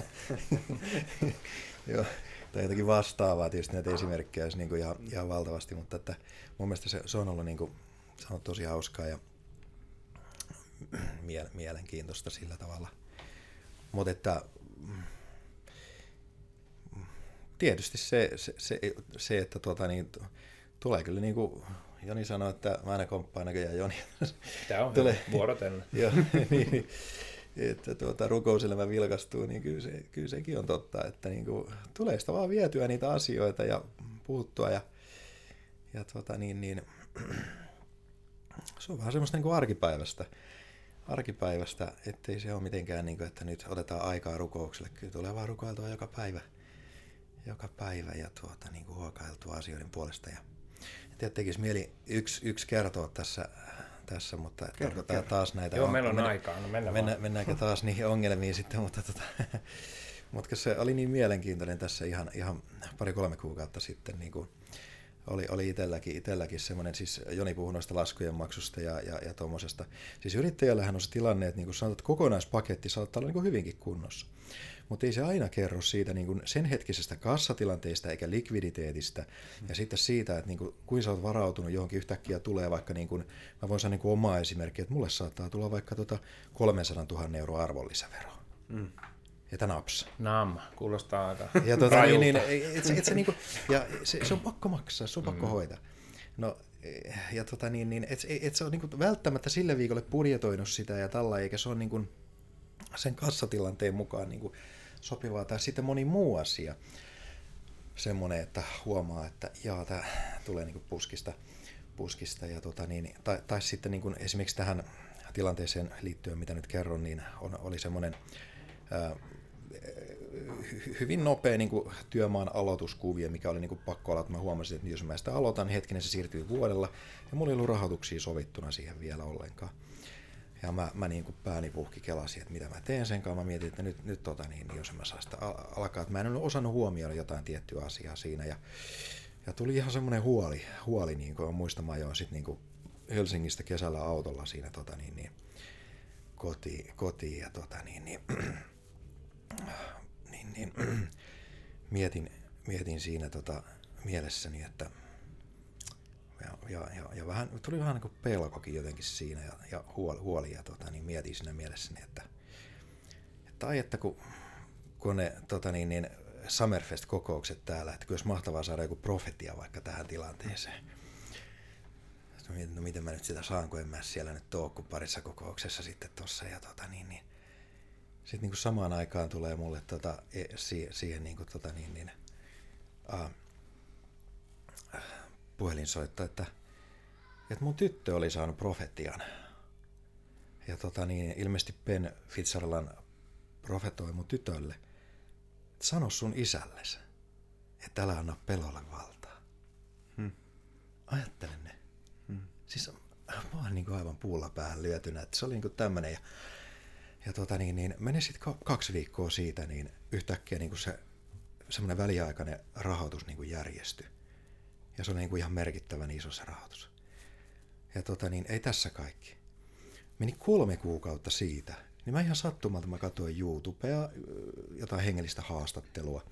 Joo, tai jotakin vastaavaa, tietysti näitä esimerkkejä olisi niin kuin ihan, ihan valtavasti, mutta että mun mielestä se, se on ollut niin kuin, se on tosi hauskaa ja mielenkiintoista sillä tavalla. Mutta että tietysti se, se, se, se että tuota, niin, tulee kyllä niin kuin Joni sanoi, että mä aina komppaan näköjään Joni. Tämä on tulee, vuorotella. Joo, niin, että tuota, rukouselämä vilkastuu, niin kyllä, se, kyllä sekin on totta, että niin kuin, tulee sitä vaan vietyä niitä asioita ja puhuttua ja, ja tuota, niin, niin, se on vähän semmoista niin kuin arkipäivästä. arkipäivästä, ettei se ole mitenkään niin kuin, että nyt otetaan aikaa rukoukselle. Kyllä tulee vaan rukoiltua joka päivä. joka päivä ja tuota, niin kuin huokailtua asioiden puolesta. Ja, ja tekisi mieli yksi, yksi kertoa tässä, tässä mutta kerro, kerro. taas näitä... Joo, meillä on mennä, aikaa, no mennään mennä, Mennäänkö taas niihin ongelmiin sitten, mutta, tota, mutta se oli niin mielenkiintoinen tässä ihan, ihan pari-kolme kuukautta sitten, niin kuin oli, oli itselläkin, itselläkin semmoinen, siis Joni puhui noista laskujen maksusta ja, ja, ja tuommoisesta. Siis yrittäjällähän on se tilanne, että niin kuin sanotaan, että kokonaispaketti saattaa olla niin kuin hyvinkin kunnossa. Mutta ei se aina kerro siitä niin kuin sen hetkisestä kassatilanteesta eikä likviditeetistä mm. ja sitten siitä, että niin kuin, kuinka sä oot varautunut johonkin yhtäkkiä tulee vaikka, niin kuin, mä voin sanoa niin kuin omaa esimerkkiä, että mulle saattaa tulla vaikka tota kolmesataatuhatta euroa arvonlisävero. Mm. Että naps. Nam, kuulostaa aika ja tuota, niin, niin, et, et se, niin kuin, ja se, se on pakko maksaa, se on pakko mm. hoitaa. No, ja tota, niin, niin, et, et se on niin kuin välttämättä sille viikolle budjetoinut sitä ja tällä, eikä se ole niin kuin sen kassatilanteen mukaan niin kuin sopivaa. Tai sitten moni muu asia, semmoinen, että huomaa, että jaa, tämä tulee niin kuin puskista, puskista ja tota, niin, tai, tai sitten niin kuin esimerkiksi tähän tilanteeseen liittyen, mitä nyt kerron, niin on, oli semmoinen ää, hyvin nopea niin kuin työmaan aloituskuvia, mikä oli niin kuin pakko olla, että mä huomasin, että jos mä sitä aloitan, niin hetkinen se siirtyy vuodella, ja mulla ei ollut rahoituksia sovittuna siihen vielä ollenkaan. Ja mä, mä niin kuin pääni puhki kelasin, että mitä mä teen sen kanssa. Mä mietin, että nyt, nyt tota, niin, jos mä saan sitä alkaa, että mä en ole osannut huomioida jotain tiettyä asiaa siinä. Ja, ja tuli ihan semmoinen huoli, huoli niin kuin muistan, mä ajoin sitten niin kuin Helsingistä kesällä autolla siinä tota, niin, niin, kotiin, kotiin ja tota, niin, niin, niin, niin, mietin, mietin siinä tota, mielessäni, että Ja, ja, ja, ja vähän, tuli vähän niin kuin pelkokin jotenkin siinä ja, ja huoli, huoli ja tota, niin mietin siinä mielessäni, että, että ai että kun, kun ne tota, niin, niin Summerfest-kokoukset täällä, että kyllä olisi mahtavaa saada joku profetia vaikka tähän tilanteeseen. Sitten mietin, no miten mä nyt sitä saan, kun en mä siellä nyt ole kuin parissa kokouksessa sitten tossa ja tota niin, niin sitten niin kuin samaan aikaan tulee mulle tota, e, si, siihen niin kuin tota niin, niin uh, puhelinsoitto, että, että mun tyttö oli saanut profetian. Ja tota niin, ilmeisesti Ben Fitzgerald profetoi mun tytölle, että sano sun isällesi, että älä anna pelolle valtaa. Hmm. Ajattelen ne. Hmm. Siis mä oon niin kuin aivan puulla päähän lyötynä, että se oli niin kuin tämmönen. Ja, ja tota niin, niin meni sitten kaksi viikkoa siitä, niin yhtäkkiä niin kuin se semmoinen väliaikainen rahoitus niin kuin järjestyi. Ja se oli niin kuin ihan merkittävän iso se rahoitus. Ja tota niin, ei tässä kaikki. Meni kolme kuukautta siitä, niin mä ihan sattumalta mä katsoin YouTubea, jotain hengellistä haastattelua.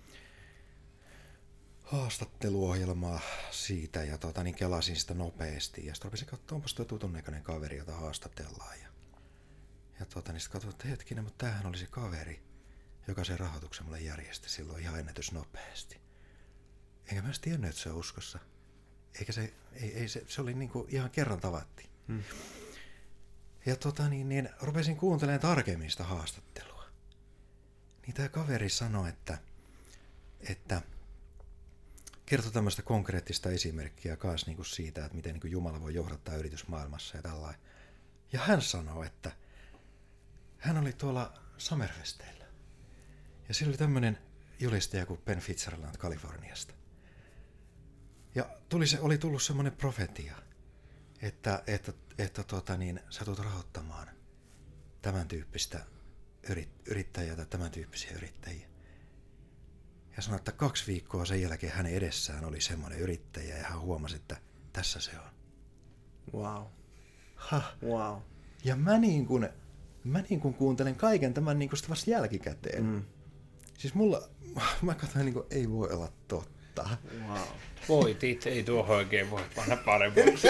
Haastatteluohjelmaa siitä ja tota niin kelasin sitä nopeasti. Ja sitten rupesin katsoa, onpas tuo tutun näköinen kaveri, jota haastatellaan. Ja, ja tota niin sitten katsoin, että hetkinen, mutta tämähän oli se kaveri, joka sen rahoituksen mulle järjesti silloin ihan ennätys nopeasti. Enkä mä edes tiennyt, että se on uskossa. Eikä se, ei, ei se, se oli niinku ihan kerran tavattiin. Hmm. Ja tota niin, niin rupesin kuuntelemaan tarkemmin sitä haastattelua. Niin tää kaveri sanoi, että, että kertoi tämmöistä konkreettista esimerkkiä kaas niinku siitä, että miten niinku Jumala voi johdattaa yritysmaailmassa ja tällainen. Ja hän sanoi, että hän oli tuolla Summerfesteillä. Ja sillä oli tämmöinen julistaja kuin Ben Fitzgerald Kaliforniasta. Ja tuli se, oli tullut semmoinen profetia, että, että, että tuota niin, sä tulet rahoittamaan tämän tyyppistä yrit, yrittäjää tai tämän tyyppisiä yrittäjiä. Ja sanoi, että kaksi viikkoa sen jälkeen hänen edessään oli semmoinen yrittäjä ja hän huomasi, että tässä se on. Wow. Ha. Wow. Ja mä niin kuin, mä niin kuin kuuntelen kaiken tämän niin kuin vasta jälkikäteen. Mm. Siis mulla, mä katsoin niin kuin, ei voi olla totta. Wow. Voitit, ei tuohon oikein voi panna paremmaksi.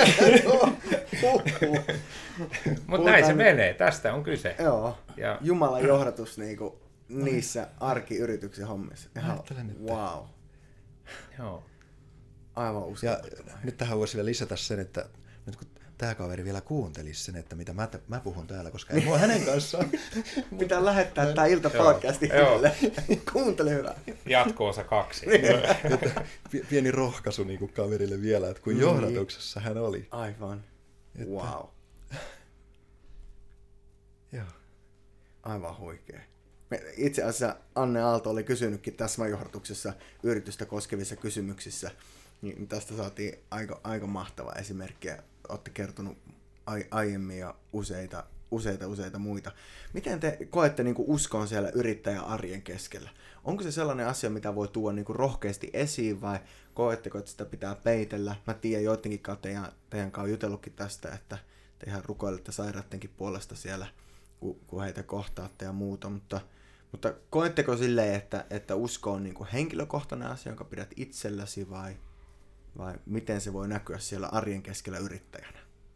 Mutta näin se menee, tästä on kyse. Joo, ja Jumalan johdatus niinku niissä arkiyrityksen hommissa. Ihan, wow. Joo. Aivan uskomatonta. Ja nyt tähän voisi vielä lisätä sen, että nyt kun tämä kaveri vielä kuuntelisi sen, että mitä mä, mä puhun täällä, koska ei mua hänen kanssaan. Pitää lähettää tämä iltapodcasti hänelle. Kuuntele hyvä. Jatko-osa kaksi. Pieni rohkaisu niin kuin kaverille vielä, että kun johdatuksessa hän oli. Aivan. Että... Wow. Joo. Aivan huikea. Itse asiassa Anne Aalto oli kysynytkin täsmäjohdotuksessa yritystä koskevissa kysymyksissä, niin tästä saatiin aika, aika mahtava esimerkki. Olette kertonut ai, aiemmin ja useita, useita, useita muita. Miten te koette niin kuin uskon siellä yrittäjän arjen keskellä? Onko se sellainen asia, mitä voi tuoda niin kuin rohkeasti esiin vai koetteko, että sitä pitää peitellä? Mä tiedän joidenkin kanssa teidän, teidän kanssa jutellutkin tästä, että te ihan rukoilette sairaattenkin puolesta siellä, kun, kun heitä kohtaatte ja muuta, mutta Mutta koetteko silleen, että, että usko on niin kuin henkilökohtainen asia, jonka pidät itselläsi, vai, vai miten se voi näkyä siellä arjen keskellä yrittäjänä?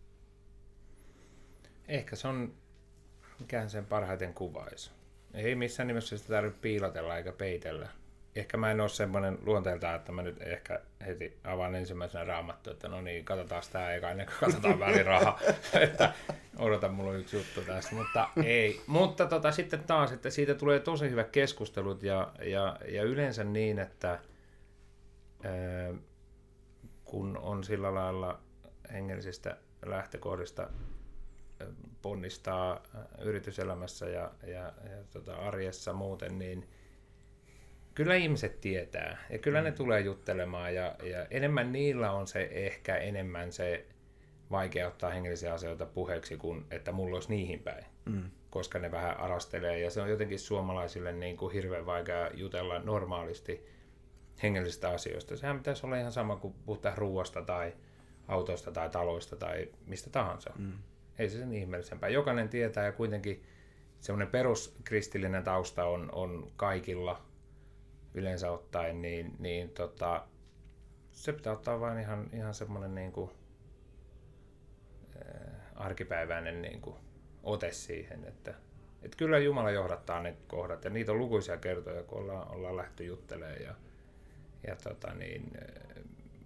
Ehkä se on, mikään sen parhaiten kuvaisi. Ei missään nimessä sitä tarvitse piilotella eikä peitellä. Ehkä mä en ole semmoinen luonteeltaan, että mä nyt ehkä heti avaan ensimmäisenä Raamattua, että no niin, katsotaan sitä eka ennen kuin katsotaan väliraha, että odotan, mulla on yksi juttu tässä, mutta ei. Mutta tota, sitten taas, että siitä tulee tosi hyvät keskustelut ja, ja, ja yleensä niin, että ää, kun on sillä lailla hengellisistä lähtökohdista ponnistaa yrityselämässä ja, ja, ja tota, arjessa muuten, niin kyllä ihmiset tietää ja kyllä ne tulee juttelemaan ja, ja enemmän niillä on se ehkä enemmän se vaikea ottaa hengellisiä asioita puheeksi kuin että mulla olisi niihin päin, mm. koska ne vähän arastelee ja se on jotenkin suomalaisille niin kuin hirveän vaikea jutella normaalisti hengellisistä asioista. Sehän pitäisi olla ihan sama kuin puhutaan ruoasta tai autoista tai taloista tai mistä tahansa. Mm. Ei se sen ihmeellisempää. Jokainen tietää ja kuitenkin semmoinen peruskristillinen tausta on, on kaikilla yleensä ottaen, niin, niin tota, se pitää ottaa vain ihan, ihan semmoinen niin kuin, äh, arkipäiväinen niin kuin, ote siihen, että et kyllä Jumala johdattaa ne kohdat ja niitä on lukuisia kertoja, kun ollaan, ollaan lähty juttelemaan ja, ja tota niin, äh,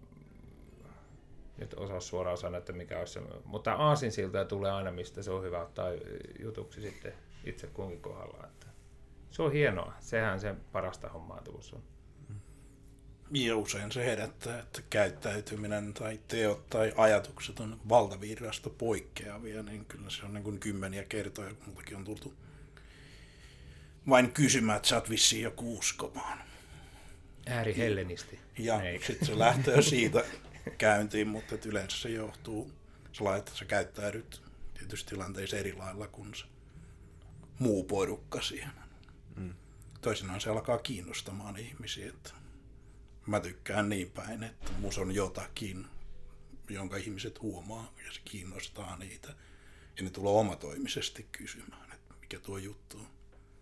nyt osaa suoraan sanoa, että mikä olisi se, mutta aasinsiltoja tulee aina, mistä se on hyvä ottaa jutuksi sitten itse kunkin kohdalla. Että se on hienoa. Sehän sen parasta hommaa tuossa on. Ja usein se herättää, että käyttäytyminen tai teot tai ajatukset on valtavirrasta poikkeavia, niin kyllä se on niin kuin kymmeniä kertoja, kun multakin on tultu vain kysymään, että sä oot vissiin joku uskomaan. Ääri hellenisti. Ja sitten se lähtee siitä käyntiin, mutta yleensä se johtuu sellainen, että sä käyttäydyt tietysti tilanteissa eri lailla kuin se muu porukka siihen. Mm. Toisinaan se alkaa kiinnostamaan ihmisiä, että mä tykkään niin päin, että mus on jotakin, jonka ihmiset huomaa ja se kiinnostaa niitä. Ja ne tulee omatoimisesti kysymään, että mikä tuo juttu on.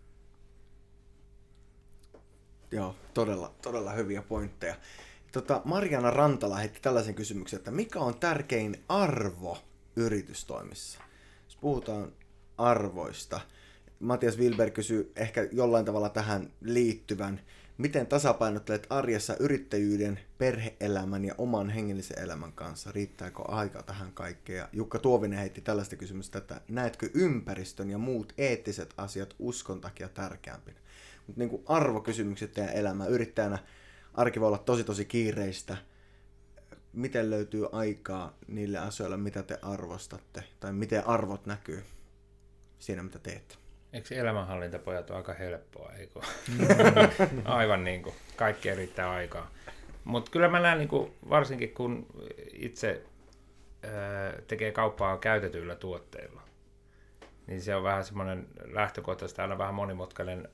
Joo, todella, todella hyviä pointteja. Tota, Marjaana Rantala heitti tällaisen kysymyksen, että mikä on tärkein arvo yritystoimissa? Jos puhutaan arvoista, Matias Wilberg kysyy ehkä jollain tavalla tähän liittyvän, miten tasapainottelet arjessa yrittäjyyden, perhe-elämän ja oman hengellisen elämän kanssa? Riittääkö aika tähän kaikkeen? Ja Jukka Tuovinen heitti tällaista kysymystä, että näetkö ympäristön ja muut eettiset asiat uskon takia tärkeämpinä? Mutta niin kuin arvokysymykset teidän elämään yrittäjänä, arki voi olla tosi tosi kiireistä. Miten löytyy aikaa niille asioille, mitä te arvostatte? Tai miten arvot näkyy siinä, mitä teette? Eikö elämänhallintapojat ole aika helppoa, eikö? Aivan niin kuin, kaikki riittää aikaa. Mutta kyllä mä näen, niin kuin, varsinkin kun itse ää, tekee kauppaa käytetyillä tuotteilla, niin se on vähän semmoinen lähtökohtaisesti aina vähän monimutkainen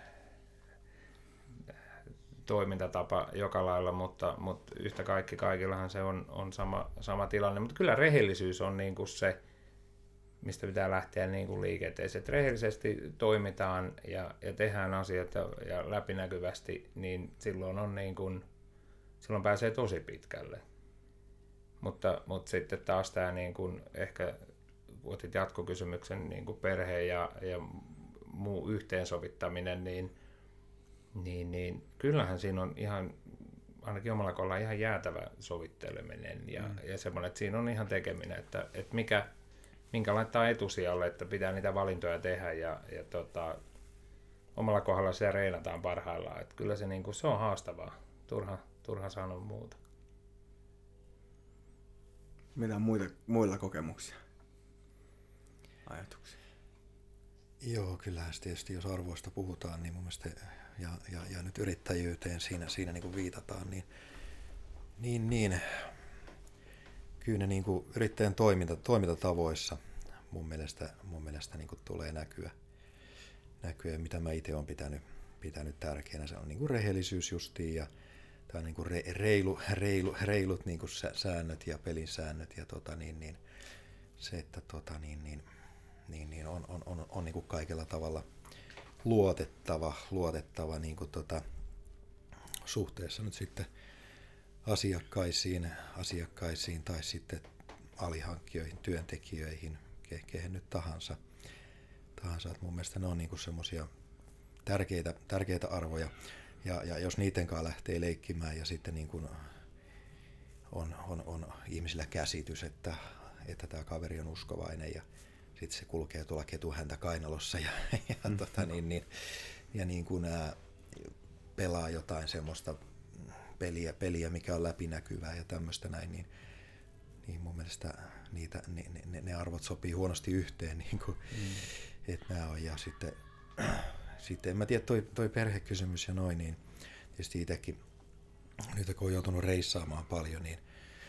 toimintatapa joka lailla, mutta, mutta yhtä kaikki kaikillahan se on, on sama, sama tilanne. Mutta kyllä rehellisyys on niin kuin se, mistä pitää lähteä niin kuin liikenteeseen. Että rehellisesti toimitaan ja, ja tehdään asiat ja, ja läpinäkyvästi, niin silloin, on niin kuin, silloin pääsee tosi pitkälle. Mutta, mutta sitten taas tämä niin kuin ehkä otit jatkokysymyksen niin kuin perhe ja, ja muu yhteensovittaminen, niin Niin, niin kyllähän siinä on ihan, ainakin omalla kohdalla ihan jäätävä sovitteleminen ja, mm. ja semmoinen, että siinä on ihan tekeminen, että, että mikä, minkä laittaa etusijalle, että pitää niitä valintoja tehdä ja, ja tota, omalla kohdalla se reinataan parhaillaan, että kyllä se, niin kuin, se on haastavaa, turha, turha sanoa muuta. Mitä muita, muilla kokemuksia, ajatuksia? Joo, kyllähän tietysti jos arvoista puhutaan, niin mun mielestä, ja, ja, ja nyt yrittäjyyteen siinä, siinä niin kuin viitataan, niin, niin, niin kyllä ne niin kuin yrittäjän toiminta, toimintatavoissa mun mielestä, mun mielestä niin kuin tulee näkyä, näkyä, mitä mä itse olen pitänyt, pitänyt tärkeänä. Se on niin kuin rehellisyys justiin ja tämä niin kuin re, reilu, reilu, reilut niin kuin säännöt ja pelin säännöt ja tota, niin, niin, se, että tota, niin, niin, niin, niin on, on, on, on niin kuin kaikella tavalla luotettava, luotettava niin kuin tota, suhteessa nyt sitten asiakkaisiin, asiakkaisiin tai sitten alihankkijoihin, työntekijöihin, ke, kehen nyt tahansa. tahansa. Et mun mielestä ne on niinku semmoisia tärkeitä, tärkeitä arvoja. Ja, ja jos niiden kanssa lähtee leikkimään ja sitten niin kuin on, on, on ihmisillä käsitys, että, että tämä kaveri on uskovainen ja sitten se kulkee tuolla ketuhäntä kainalossa ja, ja, mm. tota, niin, niin, ja niin kuin ää, pelaa jotain semmoista peliä, peliä, mikä on läpinäkyvää ja tämmöistä näin, niin, niin mun mielestä niitä, ne, ne, ne arvot sopii huonosti yhteen, niin kuin, mm. että nämä on. Ja sitten, sitten en mä tiedä, toi, toi perhekysymys ja noin, niin tietysti itsekin, nyt kun on joutunut reissaamaan paljon, niin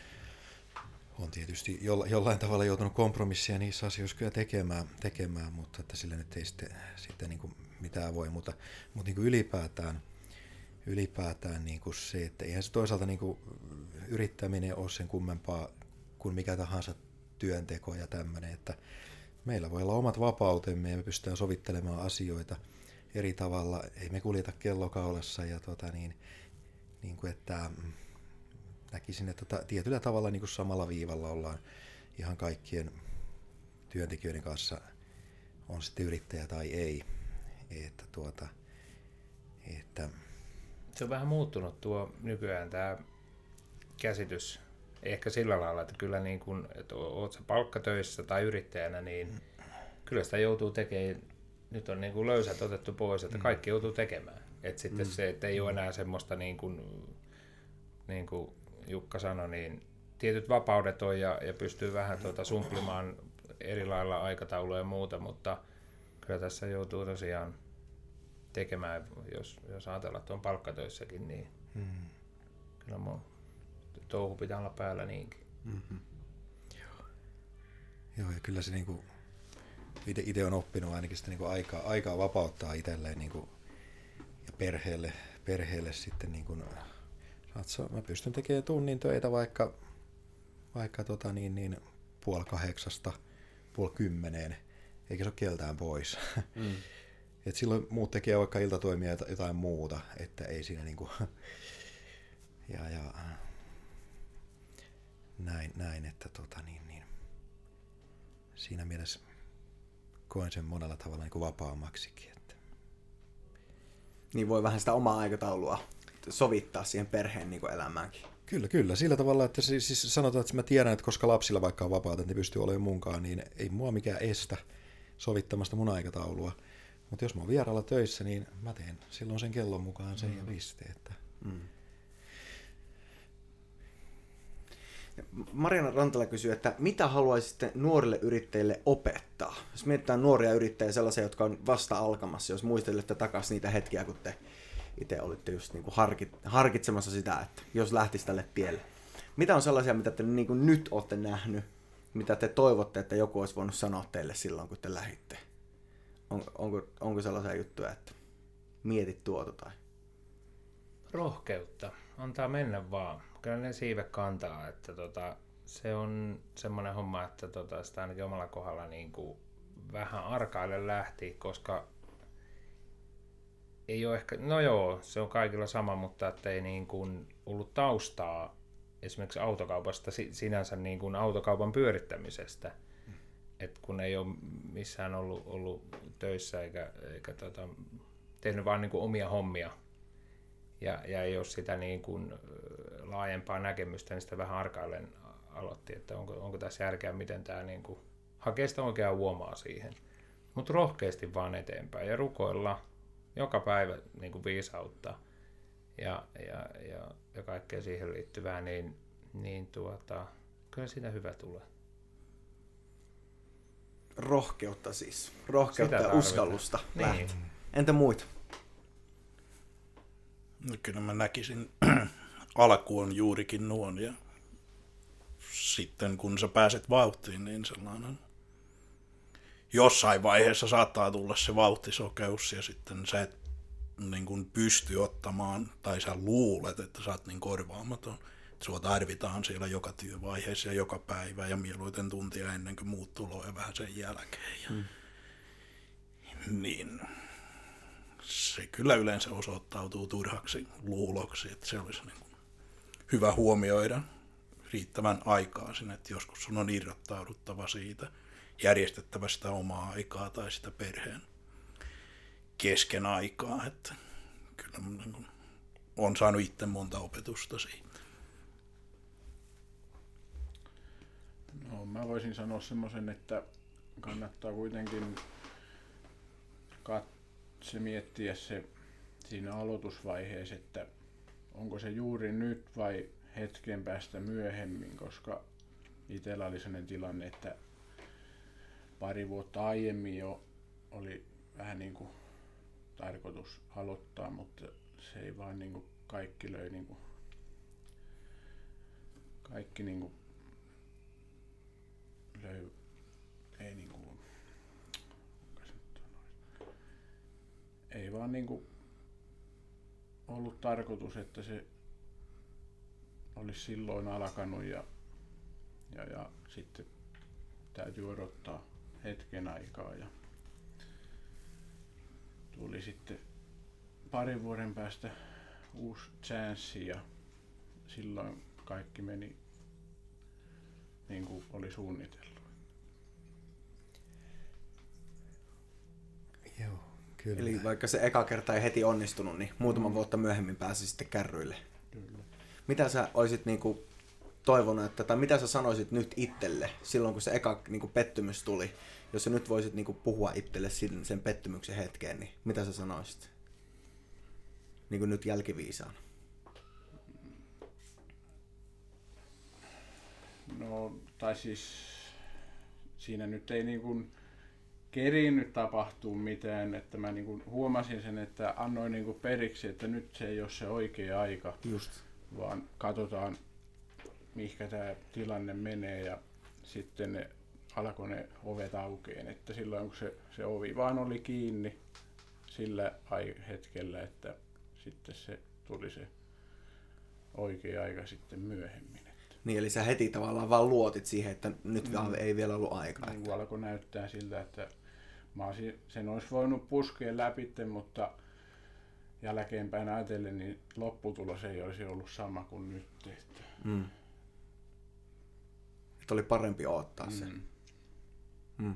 on tietysti jollain tavalla joutunut kompromissia niissä asioissa kyllä tekemään, tekemään mutta että sillä nyt ei sitten, sitten niin kuin mitään voi, mutta, mutta niin kuin ylipäätään, ylipäätään niin kuin se, että eihän se toisaalta niin kuin yrittäminen ole sen kummempaa kuin mikä tahansa työnteko ja tämmöinen, että meillä voi olla omat vapautemme ja me pystytään sovittelemaan asioita eri tavalla, ei me kuljeta kellokaulassa ja tota niin, niin kuin että näkisin, että tota, tietyllä tavalla niin kuin samalla viivalla ollaan ihan kaikkien työntekijöiden kanssa, on sitten yrittäjä tai ei. Että tuota, että se on vähän muuttunut tuo nykyään tämä käsitys. Ehkä sillä lailla, että kyllä niin kun, että oot sä palkkatöissä tai yrittäjänä, niin kyllä sitä joutuu tekemään. Nyt on niin kuin löysät otettu pois, että kaikki joutuu tekemään. Et sitten mm. se, että ei ole enää semmoista, niin kuin, niin kuin Jukka sanoi, niin tietyt vapaudet on ja, ja pystyy vähän tuota sumplimaan eri lailla aikatauluja ja muuta, mutta kyllä tässä joutuu tosiaan tekemään, jos, jos ajatellaan, että on palkkatöissäkin, niin mm. kyllä mun touhu pitää olla päällä niinkin. Mm-hmm. Joo. Joo, ja kyllä se niinku itse on oppinut ainakin sitä niinku aikaa, aikaa vapauttaa itselleen niinku, ja perheelle, perheelle sitten niinku, satso, mä pystyn tekemään tunnin töitä vaikka, vaikka tota niin, niin, puoli kahdeksasta, puoli kymmeneen, eikä se ole keltään pois. Mm. Et silloin muut tekee vaikka iltatoimia ja jotain muuta, että ei siinä niinku, ja, ja näin, näin, että tota niin, niin siinä mielessä koen sen monella tavalla niinku vapaammaksikin. Että. Niin voi vähän sitä omaa aikataulua sovittaa siihen perheen niin kuin elämäänkin. Kyllä, kyllä. Sillä tavalla, että siis, siis sanotaan, että mä tiedän, että koska lapsilla vaikka on vapaata, että ne pystyy olemaan munkaan, niin ei mua mikään estä sovittamasta mun aikataulua. Mutta jos mä oon vieraalla töissä, niin mä teen silloin sen kellon mukaan sen mm. ja piste. Että. Mm. Mariana Rantala kysyy, että mitä haluaisitte nuorille yrittäjille opettaa? Jos mietitään nuoria yrittäjiä, sellaisia, jotka on vasta alkamassa, jos muistelette takaisin niitä hetkiä, kun te itse olitte just niin kuin harkitsemassa sitä, että jos lähtisi tälle tielle. Mitä on sellaisia, mitä te niin kuin nyt olette nähnyt, mitä te toivotte, että joku olisi voinut sanoa teille silloin, kun te lähditte? On, onko, onko sellaisia juttuja, että mietit tuota tai? Rohkeutta. Antaa mennä vaan. Kyllä ne siive kantaa. Että tota, se on semmoinen homma, että tota, sitä ainakin omalla kohdalla niin kuin vähän arkaille lähti, koska ei ole ehkä, no joo, se on kaikilla sama, mutta että ei niin kuin ollut taustaa esimerkiksi autokaupasta sinänsä niin kuin autokaupan pyörittämisestä. Mm. Et kun ei ole missään ollut, ollut töissä eikä, eikä tota, tehnyt vaan niin kuin omia hommia ja, ja ei ole sitä niin kuin laajempaa näkemystä, niin sitä vähän arkaillen aloitti, että onko, onko tässä järkeä, miten tämä niin kuin hakee sitä oikeaa huomaa siihen. Mutta rohkeasti vaan eteenpäin ja rukoilla. Joka päivä niin kuin viisautta ja, ja, ja, ja kaikkea siihen liittyvää, niin, niin tuota, kyllä siitä hyvä tulee. rohkeutta siis. Rohkeutta Sitä ja tarvitaan. uskallusta Niin. lähteä. Entä muita? No kyllä mä näkisin, alku on juurikin nuon ja sitten kun sä pääset vauhtiin, niin sellainen jossain vaiheessa saattaa tulla se vauhtisokeus ja sitten sä et niin kuin pysty ottamaan, tai sä luulet, että sä oot niin korvaamaton. Sua tarvitaan siellä joka työvaiheessa ja joka päivä ja mieluiten tuntia ennen kuin muut tuloo ja vähän sen jälkeen. Ja hmm. Niin se kyllä yleensä osoittautuu turhaksi luuloksi, että se olisi niin kuin hyvä huomioida riittävän aikaa sinne, että joskus sun on irrottauduttava siitä, järjestettävä sitä omaa aikaa tai sitä perheen kesken aikaa, että kyllä niin kuin on saanut itse monta opetusta siitä. No, mä voisin sanoa semmoisen, että kannattaa kuitenkin kat- se miettiä se siinä aloitusvaiheessa, että onko se juuri nyt vai hetken päästä myöhemmin, koska itsellä oli sellainen tilanne, että pari vuotta aiemmin jo oli vähän niin kuin tarkoitus aloittaa, mutta se ei vaan niin kuin kaikki löi niin kuin, kaikki niin kuin löi, ei niin kuin, ei vaan niin kuin ollut tarkoitus, että se olisi silloin alkanut ja, ja, ja sitten täytyy odottaa hetken aikaa ja tuli sitten parin vuoden päästä uusi chanssi ja silloin kaikki meni niin kuin oli suunnitellut. Joo, kyllä. Eli vaikka se eka kerta ei heti onnistunut, niin muutama mm. vuotta myöhemmin pääsi sitten kärryille. Kyllä. Mitä sä olisit niinku toivonut, että, tai mitä sä sanoisit nyt itselle silloin, kun se eka niinku pettymys tuli? Jos sä nyt voisit niinku puhua itselle sen, sen pettymyksen hetkeen, niin mitä sä sanoisit? Niinku nyt jälkiviisaana. No, tai siis siinä nyt ei niin kuin kerinyt tapahtuu mitään, että mä niin kuin huomasin sen, että annoin niin kuin periksi, että nyt se ei ole se oikea aika, Just. vaan katsotaan mihinkä tämä tilanne menee ja sitten ne alkoi ne ovet aukeen, että silloin kun se, se ovi vaan oli kiinni sillä ai- hetkellä, että sitten se tuli se oikea aika sitten myöhemmin. Että. Niin, eli sä heti tavallaan vaan luotit siihen, että nyt mm. ei vielä ollut aikaa. Niin kuin alkoi näyttää siltä, että mä olisin, sen olisi voinut puskea läpi, mutta jälkeenpäin ajatellen, niin lopputulos ei olisi ollut sama kuin nyt. Että. Mm. Että oli parempi odottaa mm. se. Mm.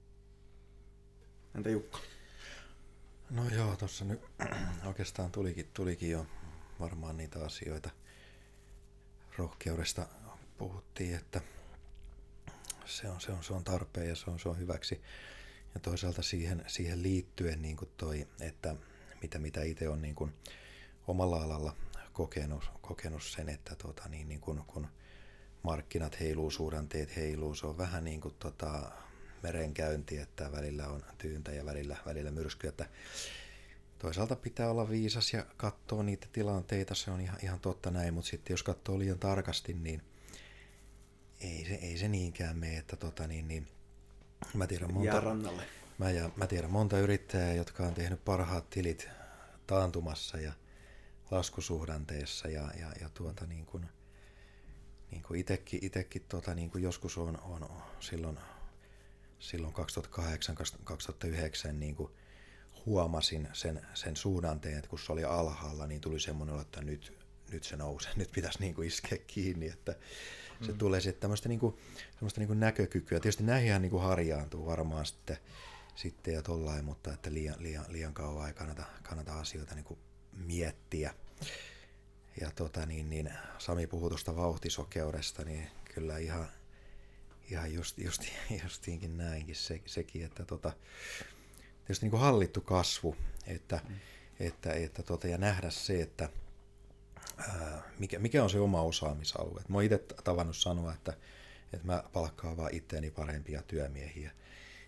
Entä Jukka? No joo, tuossa nyt oikeastaan tulikin, tulikin jo varmaan niitä asioita. Rohkeudesta puhuttiin, että se on, se on, se on tarpeen ja se on, se on hyväksi. Ja toisaalta siihen, siihen liittyen niin kuin toi, että mitä, mitä itse on niin kuin omalla alalla kokenut, kokenut sen, että tota, niin, niin kun, kun markkinat heiluu, suhdanteet heiluu, se on vähän niin kuin tota, merenkäynti, että välillä on tyyntä ja välillä, välillä myrskyä. Että toisaalta pitää olla viisas ja katsoa niitä tilanteita, se on ihan, ihan totta näin, mutta sitten jos katsoo liian tarkasti, niin ei se, ei se niinkään mene, että tota, niin, niin, mä tiedän monta, mä, ja, mä tiedän monta yrittäjää, jotka on tehnyt parhaat tilit taantumassa ja laskusuhdanteessa ja, ja, ja tuota niin kuin, niin kuin itekin, itekin tota, niin kuin joskus on, on silloin, silloin kaksituhattakahdeksan kaksituhattayhdeksän niin kuin huomasin sen, sen suhdanteen, että kun se oli alhaalla, niin tuli semmoinen, että nyt, nyt se nousee, nyt pitäisi niin kuin iskeä kiinni, että se mm. tulee sitten tämmöistä niin kuin, semmoista niin kuin näkökykyä. Tietysti näihinhän niin kuin harjaantuu varmaan sitten, sitten ja tollain, mutta että liian, liian, liian kauan ei kannata, kannata asioita niin kuin miettiä. Ja tota, niin, niin, Sami puhui tuosta vauhtisokeudesta, niin kyllä ihan, ihan just, just, justiinkin näinkin se, sekin, että tota, tietysti niin kuin hallittu kasvu, että, mm. että, että tota, ja nähdä se, että ää, mikä, mikä on se oma osaamisalue. Mä oon itse tavannut sanoa, että, että mä palkkaan vaan itteeni parempia työmiehiä.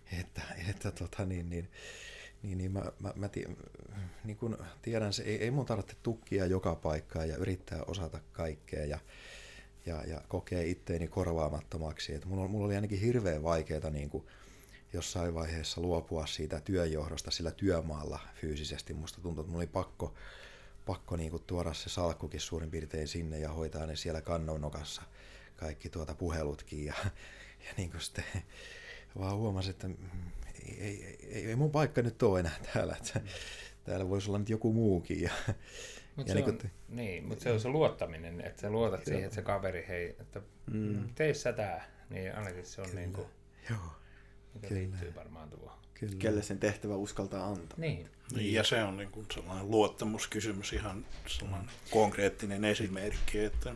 että, että tota, niin, niin, niin, niin mä, mä, mä tii, niin kun tiedän, se, ei, ei mun tarvitse tukkia joka paikkaan ja yrittää osata kaikkea ja, ja, ja kokee itteeni korvaamattomaksi. Et mulla, mulla oli ainakin hirveän vaikeaa niin kuin jossain vaiheessa luopua siitä työnjohdosta sillä työmaalla fyysisesti. Musta tuntuu, että mulla oli pakko, pakko niin kuin tuoda se salkkukin suurin piirtein sinne ja hoitaa ne siellä kannon nokassa kaikki tuota puhelutkin. Ja, ja niin kuin sitten vaan huomasin, että ei, ei, ei, ei mun paikka nyt ole enää täällä. Että täällä voisi olla nyt joku muukin. Ja, Mutta ja se, niin on, kuin, niin, mut se on se luottaminen, että sä luotat siihen, että se kaveri, hei, että mm. tee sä tää, niin ainakin se on Kyllä. niin kuin, Joo. mikä Kyllä. liittyy varmaan tuohon. Kyllä. Kelle sen tehtävä uskaltaa antaa. Niin. Niin, ja se on niin kuin sellainen luottamuskysymys, ihan sellainen konkreettinen esimerkki, että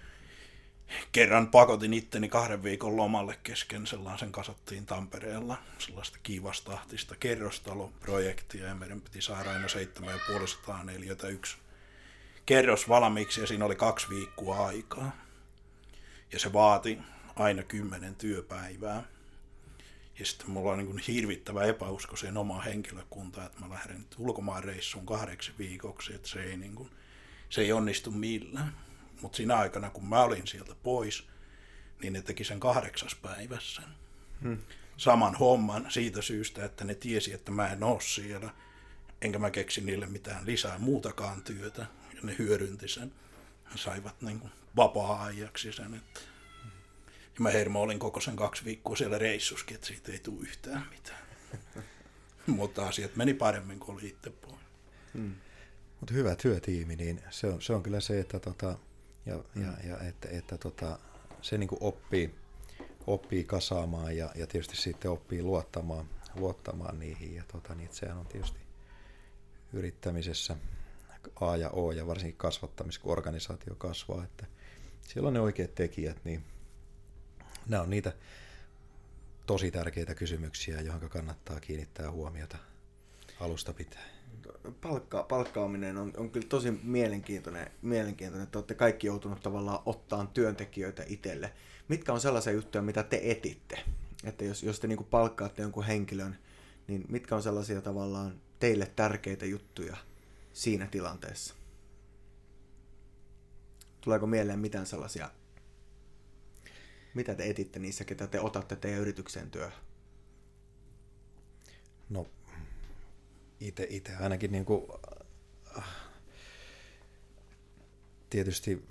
kerran pakotin itteni kahden viikon lomalle kesken sellaisen kasattiin Tampereella sellaista kiivastahtista kerrostaloprojektia ja meidän piti saada aina seitsemäntuhatta neliötä yksi kerros valmiiksi ja siinä oli kaksi viikkoa aikaa ja se vaati aina kymmenen työpäivää. Ja sitten mulla on niin kuin hirvittävä epäusko siihen omaan henkilökuntaan, että mä lähden nyt ulkomaan reissuun kahdeksi viikoksi, että se ei, niin kuin, se ei onnistu millään. Mutta siinä aikana, kun mä olin sieltä pois, niin ne teki sen kahdeksas päivässä. Hmm. Saman homman siitä syystä, että ne tiesi, että mä en ole siellä, enkä mä keksi niille mitään lisää muutakaan työtä, ja ne hyödynti sen. Ne saivat niin kuin vapaa-ajaksi sen, että ja mä hermoilin koko sen kaksi viikkoa siellä reissuskin, että siitä ei tule yhtään mitään. Mutta asiat meni paremmin kuin oli itse pois. Hmm. Mutta hyvä työtiimi, niin se on, se on kyllä se, että, tota, ja, hmm. ja, ja, että, että tota, se niinku oppii, oppii kasaamaan ja, ja tietysti sitten oppii luottamaan, luottamaan niihin. Ja tota, niin, sehän on tietysti yrittämisessä A ja O ja varsinkin kasvattamisessa, kun organisaatio kasvaa, että siellä on ne oikeat tekijät, niin nämä on niitä tosi tärkeitä kysymyksiä, johon kannattaa kiinnittää huomiota alusta pitäen. Palkka, palkkaaminen on, on kyllä tosi mielenkiintoinen, mielenkiintoinen, että olette kaikki joutunut tavallaan ottaan työntekijöitä itselle. Mitkä on sellaisia juttuja, mitä te etitte? Että jos, jos te niin kuin palkkaatte jonkun henkilön, niin mitkä on sellaisia tavallaan teille tärkeitä juttuja siinä tilanteessa? Tuleeko mieleen mitään sellaisia? Mitä te etitte niissä, ketä te otatte teidän yritykseen työhön? No, itse, itse ainakin niin kuin, äh, tietysti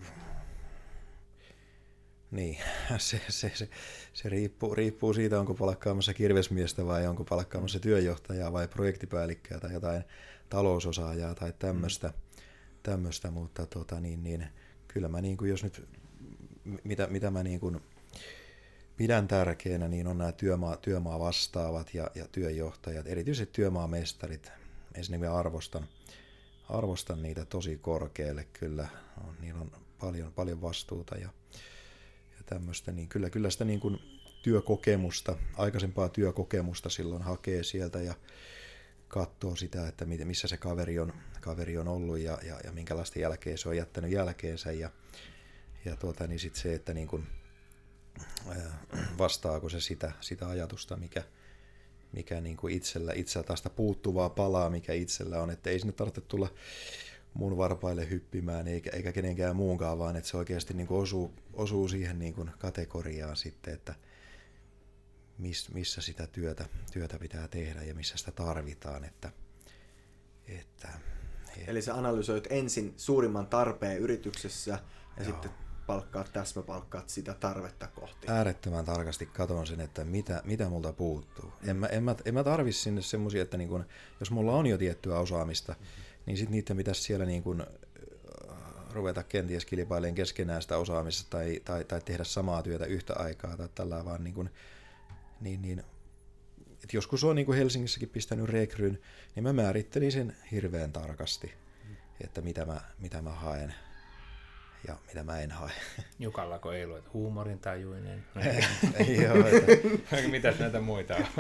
niin, se, se, se, se riippuu, riippuu siitä, onko palkkaamassa kirvesmiestä vai onko palkkaamassa työjohtajaa vai projektipäällikköä tai jotain talousosaajaa tai tämmöistä, mm. tämmöistä mutta tota, niin, niin, kyllä mä niin kuin, jos nyt, mitä, mitä mä niin kuin pidän tärkeänä, niin on nämä työmaa, työmaa vastaavat ja, ja työjohtajat, erityisesti työmaamestarit. Ensinnäkin arvostan, arvostan niitä tosi korkealle, kyllä on, niillä on paljon, paljon vastuuta ja, ja tämmöistä, niin kyllä, kyllä sitä niin kuin työkokemusta, aikaisempaa työkokemusta silloin hakee sieltä ja katsoo sitä, että missä se kaveri on, kaveri on ollut ja, ja, ja minkälaista jälkeä se on jättänyt jälkeensä ja, ja tuota, niin sit se, että niin kuin vastaako se sitä, sitä ajatusta, mikä, mikä niin kuin itsellä, itsellä tästä puuttuvaa palaa, mikä itsellä on, että ei sinne tarvitse tulla mun varpaille hyppimään eikä, eikä kenenkään muunkaan, vaan että se oikeasti niin kuin osuu, osuu siihen niin kuin kategoriaan sitten, että mis, missä sitä työtä, työtä pitää tehdä ja missä sitä tarvitaan. Että, että, Eli sä analysoit ensin suurimman tarpeen yrityksessä ja joo. sitten palkkaat, täsmäpalkkaat sitä tarvetta kohti. Äärettömän tarkasti katon sen, että mitä, mitä multa puuttuu. Mm. En mä, en mä, en mä tarvitse sinne semmoisia, että niin kun, jos mulla on jo tiettyä osaamista, mm. niin sitten niiden pitäisi siellä niin kun, ruveta kenties kilpailemaan keskenään sitä osaamista tai, tai, tai tehdä samaa työtä yhtä aikaa tai tällä vaan niin kun, niin, niin, et joskus on niin kuin Helsingissäkin pistänyt rekryn, niin mä määrittelin sen hirveän tarkasti, mm. että mitä mä, mitä mä haen. Ja mitä mä en hae. Jukallako ei ollut, että huumorintajuinen. Joo, että mitäs näitä muita on?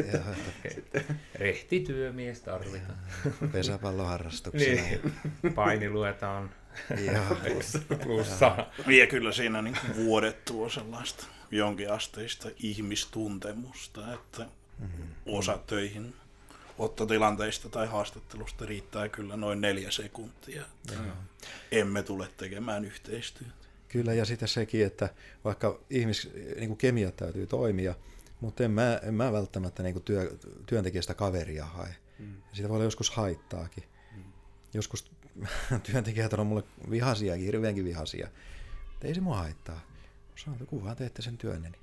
Rehtityömies tarvitaan. Pesäpalloharrastuksena. Niin. Paini luetaan Joo. plussa. Ja kyllä siinä niin vuodet tuo sellaista jonkinasteista ihmistuntemusta, että mm-hmm. osatöihin ottotilanteista tai haastattelusta riittää kyllä noin neljä sekuntia. Mm-hmm. Emme tule tekemään yhteistyötä. Kyllä, ja sitten sekin, että vaikka ihmis, niin kuin kemia täytyy toimia, mutta en mä, en mä välttämättä niin kuin työ, työntekijästä kaveria hae. Mm. Siitä voi olla joskus haittaakin. Mm. Joskus työntekijät on mulle vihaisia, hirveänkin vihaisia. Mutta ei se mua haittaa. Sanotaan, kun vaan teette sen työnne.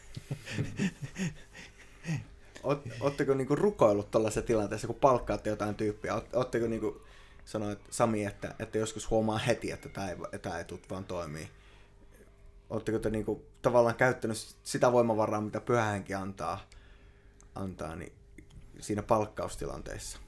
Oletteko niinku rukoillut tuollaisessa tilanteessa, kun palkkaatte jotain tyyppiä? Oletteko niinku, sanoit Sami, että, että joskus huomaa heti, että tämä ei, tämä ei tule vaan toimii? Oletteko te niinku tavallaan käyttänyt sitä voimavaraa, mitä Pyhä Henki antaa, antaa niin siinä palkkaustilanteessa?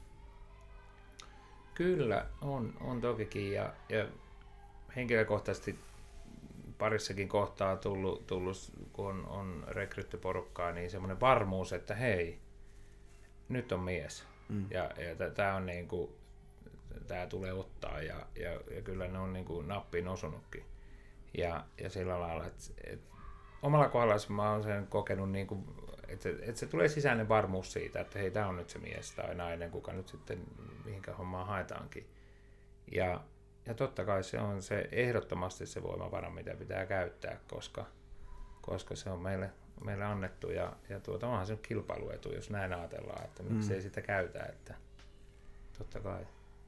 Kyllä, on, on tokikin. Ja, ja henkilökohtaisesti parissakin kohtaa tullut, tullut kun on, on rekryttiporukkaa, niin semmoinen varmuus, että hei, nyt on mies. Mm. Ja, ja tämä on niinku, tää tulee ottaa ja, ja, ja kyllä ne on niinku nappiin osunutkin. Ja, ja sillä lailla, että et, omalla kohdalla mä oon sen kokenut, niinku, että et se tulee sisäinen varmuus siitä, että hei, tää on nyt se mies tai nainen, kuka nyt sitten mihinkä hommaan haetaankin. Ja, ja totta kai se on se ehdottomasti se voimavara, mitä pitää käyttää, koska, koska se on meille, meille annettu. Ja, ja tuota, onhan se kilpailuetu, jos näin ajatellaan, että miksi mm. ei sitä käytä, että totta kai.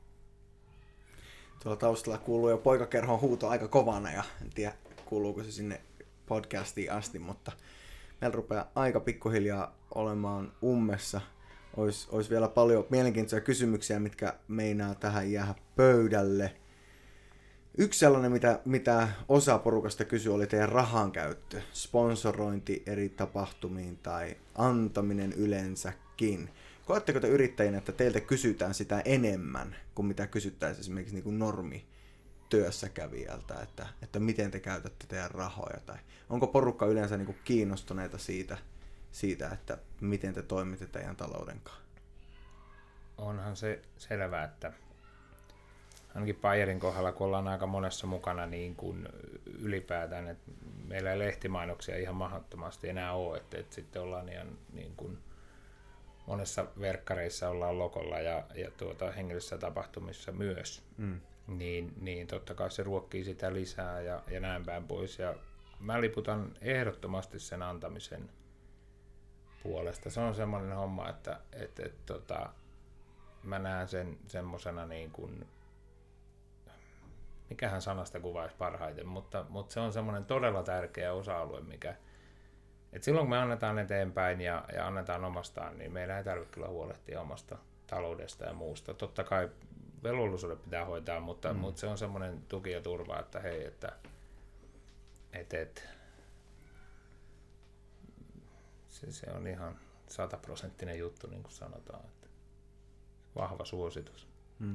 Tuolla taustalla kuuluu jo poikakerhon huuto aika kovana ja en tiedä kuuluuko se sinne podcastiin asti, mutta meillä rupeaa aika pikkuhiljaa olemaan ummessa. Olisi, olisi vielä paljon mielenkiintoisia kysymyksiä, mitkä meinaa tähän jäädä pöydälle. Yksi sellainen, mitä, mitä osa porukasta kysyi, oli teidän rahan käyttö, sponsorointi eri tapahtumiin tai antaminen yleensäkin. Koetteko te yrittäjinä, että teiltä kysytään sitä enemmän kuin mitä kysyttäisiin esimerkiksi niin kuin normityössäkävijältä, että, että miten te käytätte teidän rahoja? Tai onko porukka yleensä niin kuin kiinnostuneita siitä, siitä, että miten te toimitte teidän talouden kanssa? Onhan se selvää, että ainakin Bayerin kohdalla, kun ollaan aika monessa mukana niin kuin ylipäätään, että meillä ei lehtimainoksia ihan mahdottomasti enää ole, että, että sitten ollaan ihan niin kuin monessa verkkareissa ollaan lokolla ja, ja tuota, hengellisissä tapahtumissa myös, mm. niin, niin totta kai se ruokkii sitä lisää ja, ja näin päin pois. Ja mä liputan ehdottomasti sen antamisen puolesta. Se on semmoinen homma, että et, et, tota, mä näen sen semmosena niin kuin, mikähän sanasta kuvaisi parhaiten, mutta, mutta se on semmoinen todella tärkeä osa-alue, mikä et silloin kun me annetaan eteenpäin ja, ja annetaan omastaan, niin meidän ei tarvitse kyllä huolehtia omasta taloudesta ja muusta. Totta kai velvollisuudet pitää hoitaa, mutta, mm. mutta se on semmoinen tuki ja turva, että hei, että et, et, se, se on ihan sataprosenttinen juttu, niin kuin sanotaan. Että vahva suositus. Mm.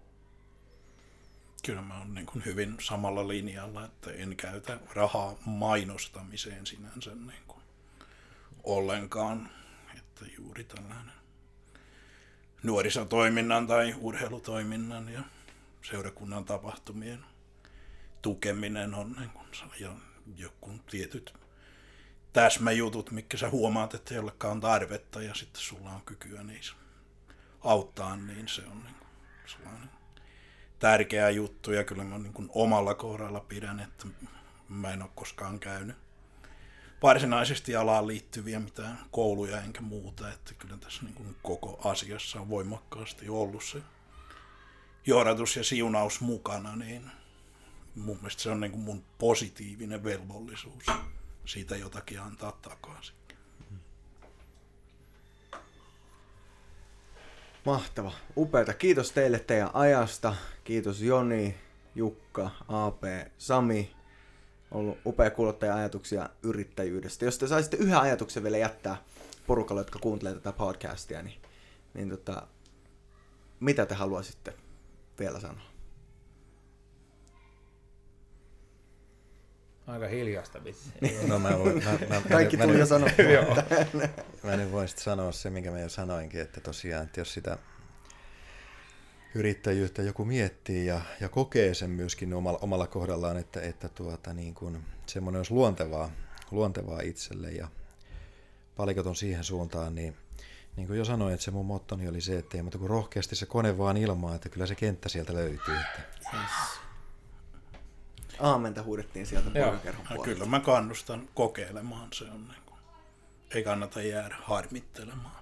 Kyllä mä oon niin kuin hyvin samalla linjalla, että en käytä rahaa mainostamiseen sinänsä niin kuin ollenkaan. Että juuri tällainen nuorisotoiminnan tai urheilutoiminnan ja seurakunnan tapahtumien tukeminen on niin kuin, ja joku tietyt täsmäjutut, mitkä sä huomaat, että jollekaan on tarvetta ja sitten sulla on kykyä niissä auttaa, niin se on niin kuin sellainen tärkeä juttu ja kyllä mä niin kuin omalla kohdalla pidän, että mä en ole koskaan käynyt varsinaisesti alaan liittyviä mitään kouluja enkä muuta, että kyllä tässä niin kuin koko asiassa on voimakkaasti ollut se johdatus ja siunaus mukana, niin mun mielestä se on niin kuin mun positiivinen velvollisuus siitä jotakin antaa takaisin. Mahtava. Upeata. Kiitos teille teidän ajasta. Kiitos Joni, Jukka, A P, Sami. Ollut upea kuulla teidän ajatuksia yrittäjyydestä. Jos te saisitte yhden ajatuksen vielä jättää porukalle, jotka kuuntelee tätä podcastia, niin, niin tota, mitä te haluaisitte vielä sanoa? Aika hiljasta vissiin. No mä voin, mä, mä, Kaikki mä, tuli mä, jo sanottua. Mä nyt voin sanoa se, minkä mä jo sanoinkin, että tosiaan, että jos sitä yrittäjyyttä joku miettii ja, ja kokee sen myöskin omalla, omalla kohdallaan, että, että tuota, niin kuin, semmoinen olisi luontevaa, luontevaa itselle ja palikot on siihen suuntaan, niin niin kuin jo sanoin, että se mun mottoni oli se, että ei muuta kuin rohkeasti se kone vaan ilmaa, että kyllä se kenttä sieltä löytyy. Että... Yes. Aamenta huudettiin sieltä poikakerhon puolelta. Kyllä mä kannustan kokeilemaan, se on niin kuin, ei kannata jäädä harmittelemaan.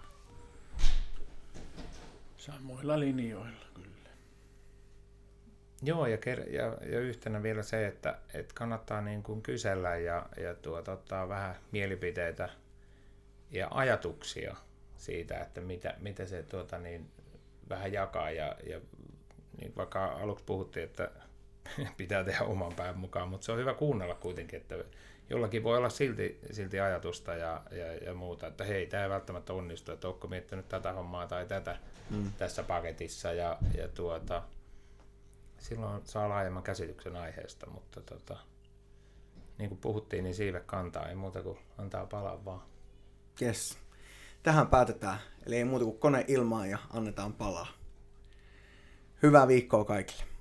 Samoilla linjoilla kyllä. Joo, ja, ker- ja, ja yhtenä vielä se, että et kannattaa niin kuin kysellä ja, ja tuota, ottaa vähän mielipiteitä ja ajatuksia siitä, että mitä, mitä se tuota, niin, vähän jakaa. Ja, ja niin vaikka aluksi puhuttiin, että pitää tehdä oman pään mukaan, mutta se on hyvä kuunnella kuitenkin, että jollakin voi olla silti, silti ajatusta ja, ja, ja muuta, että hei, tämä ei välttämättä onnistu, että ootko miettinyt tätä hommaa tai tätä mm. tässä paketissa. Ja, ja tuota, silloin saa laajemman käsityksen aiheesta, mutta tota, niin kuin puhuttiin, niin siive kantaa, ei muuta kuin antaa palaa vaan. Yes. Tähän päätetään. Eli ei muuta kuin kone ilmaan ja annetaan palaa. Hyvää viikkoa kaikille.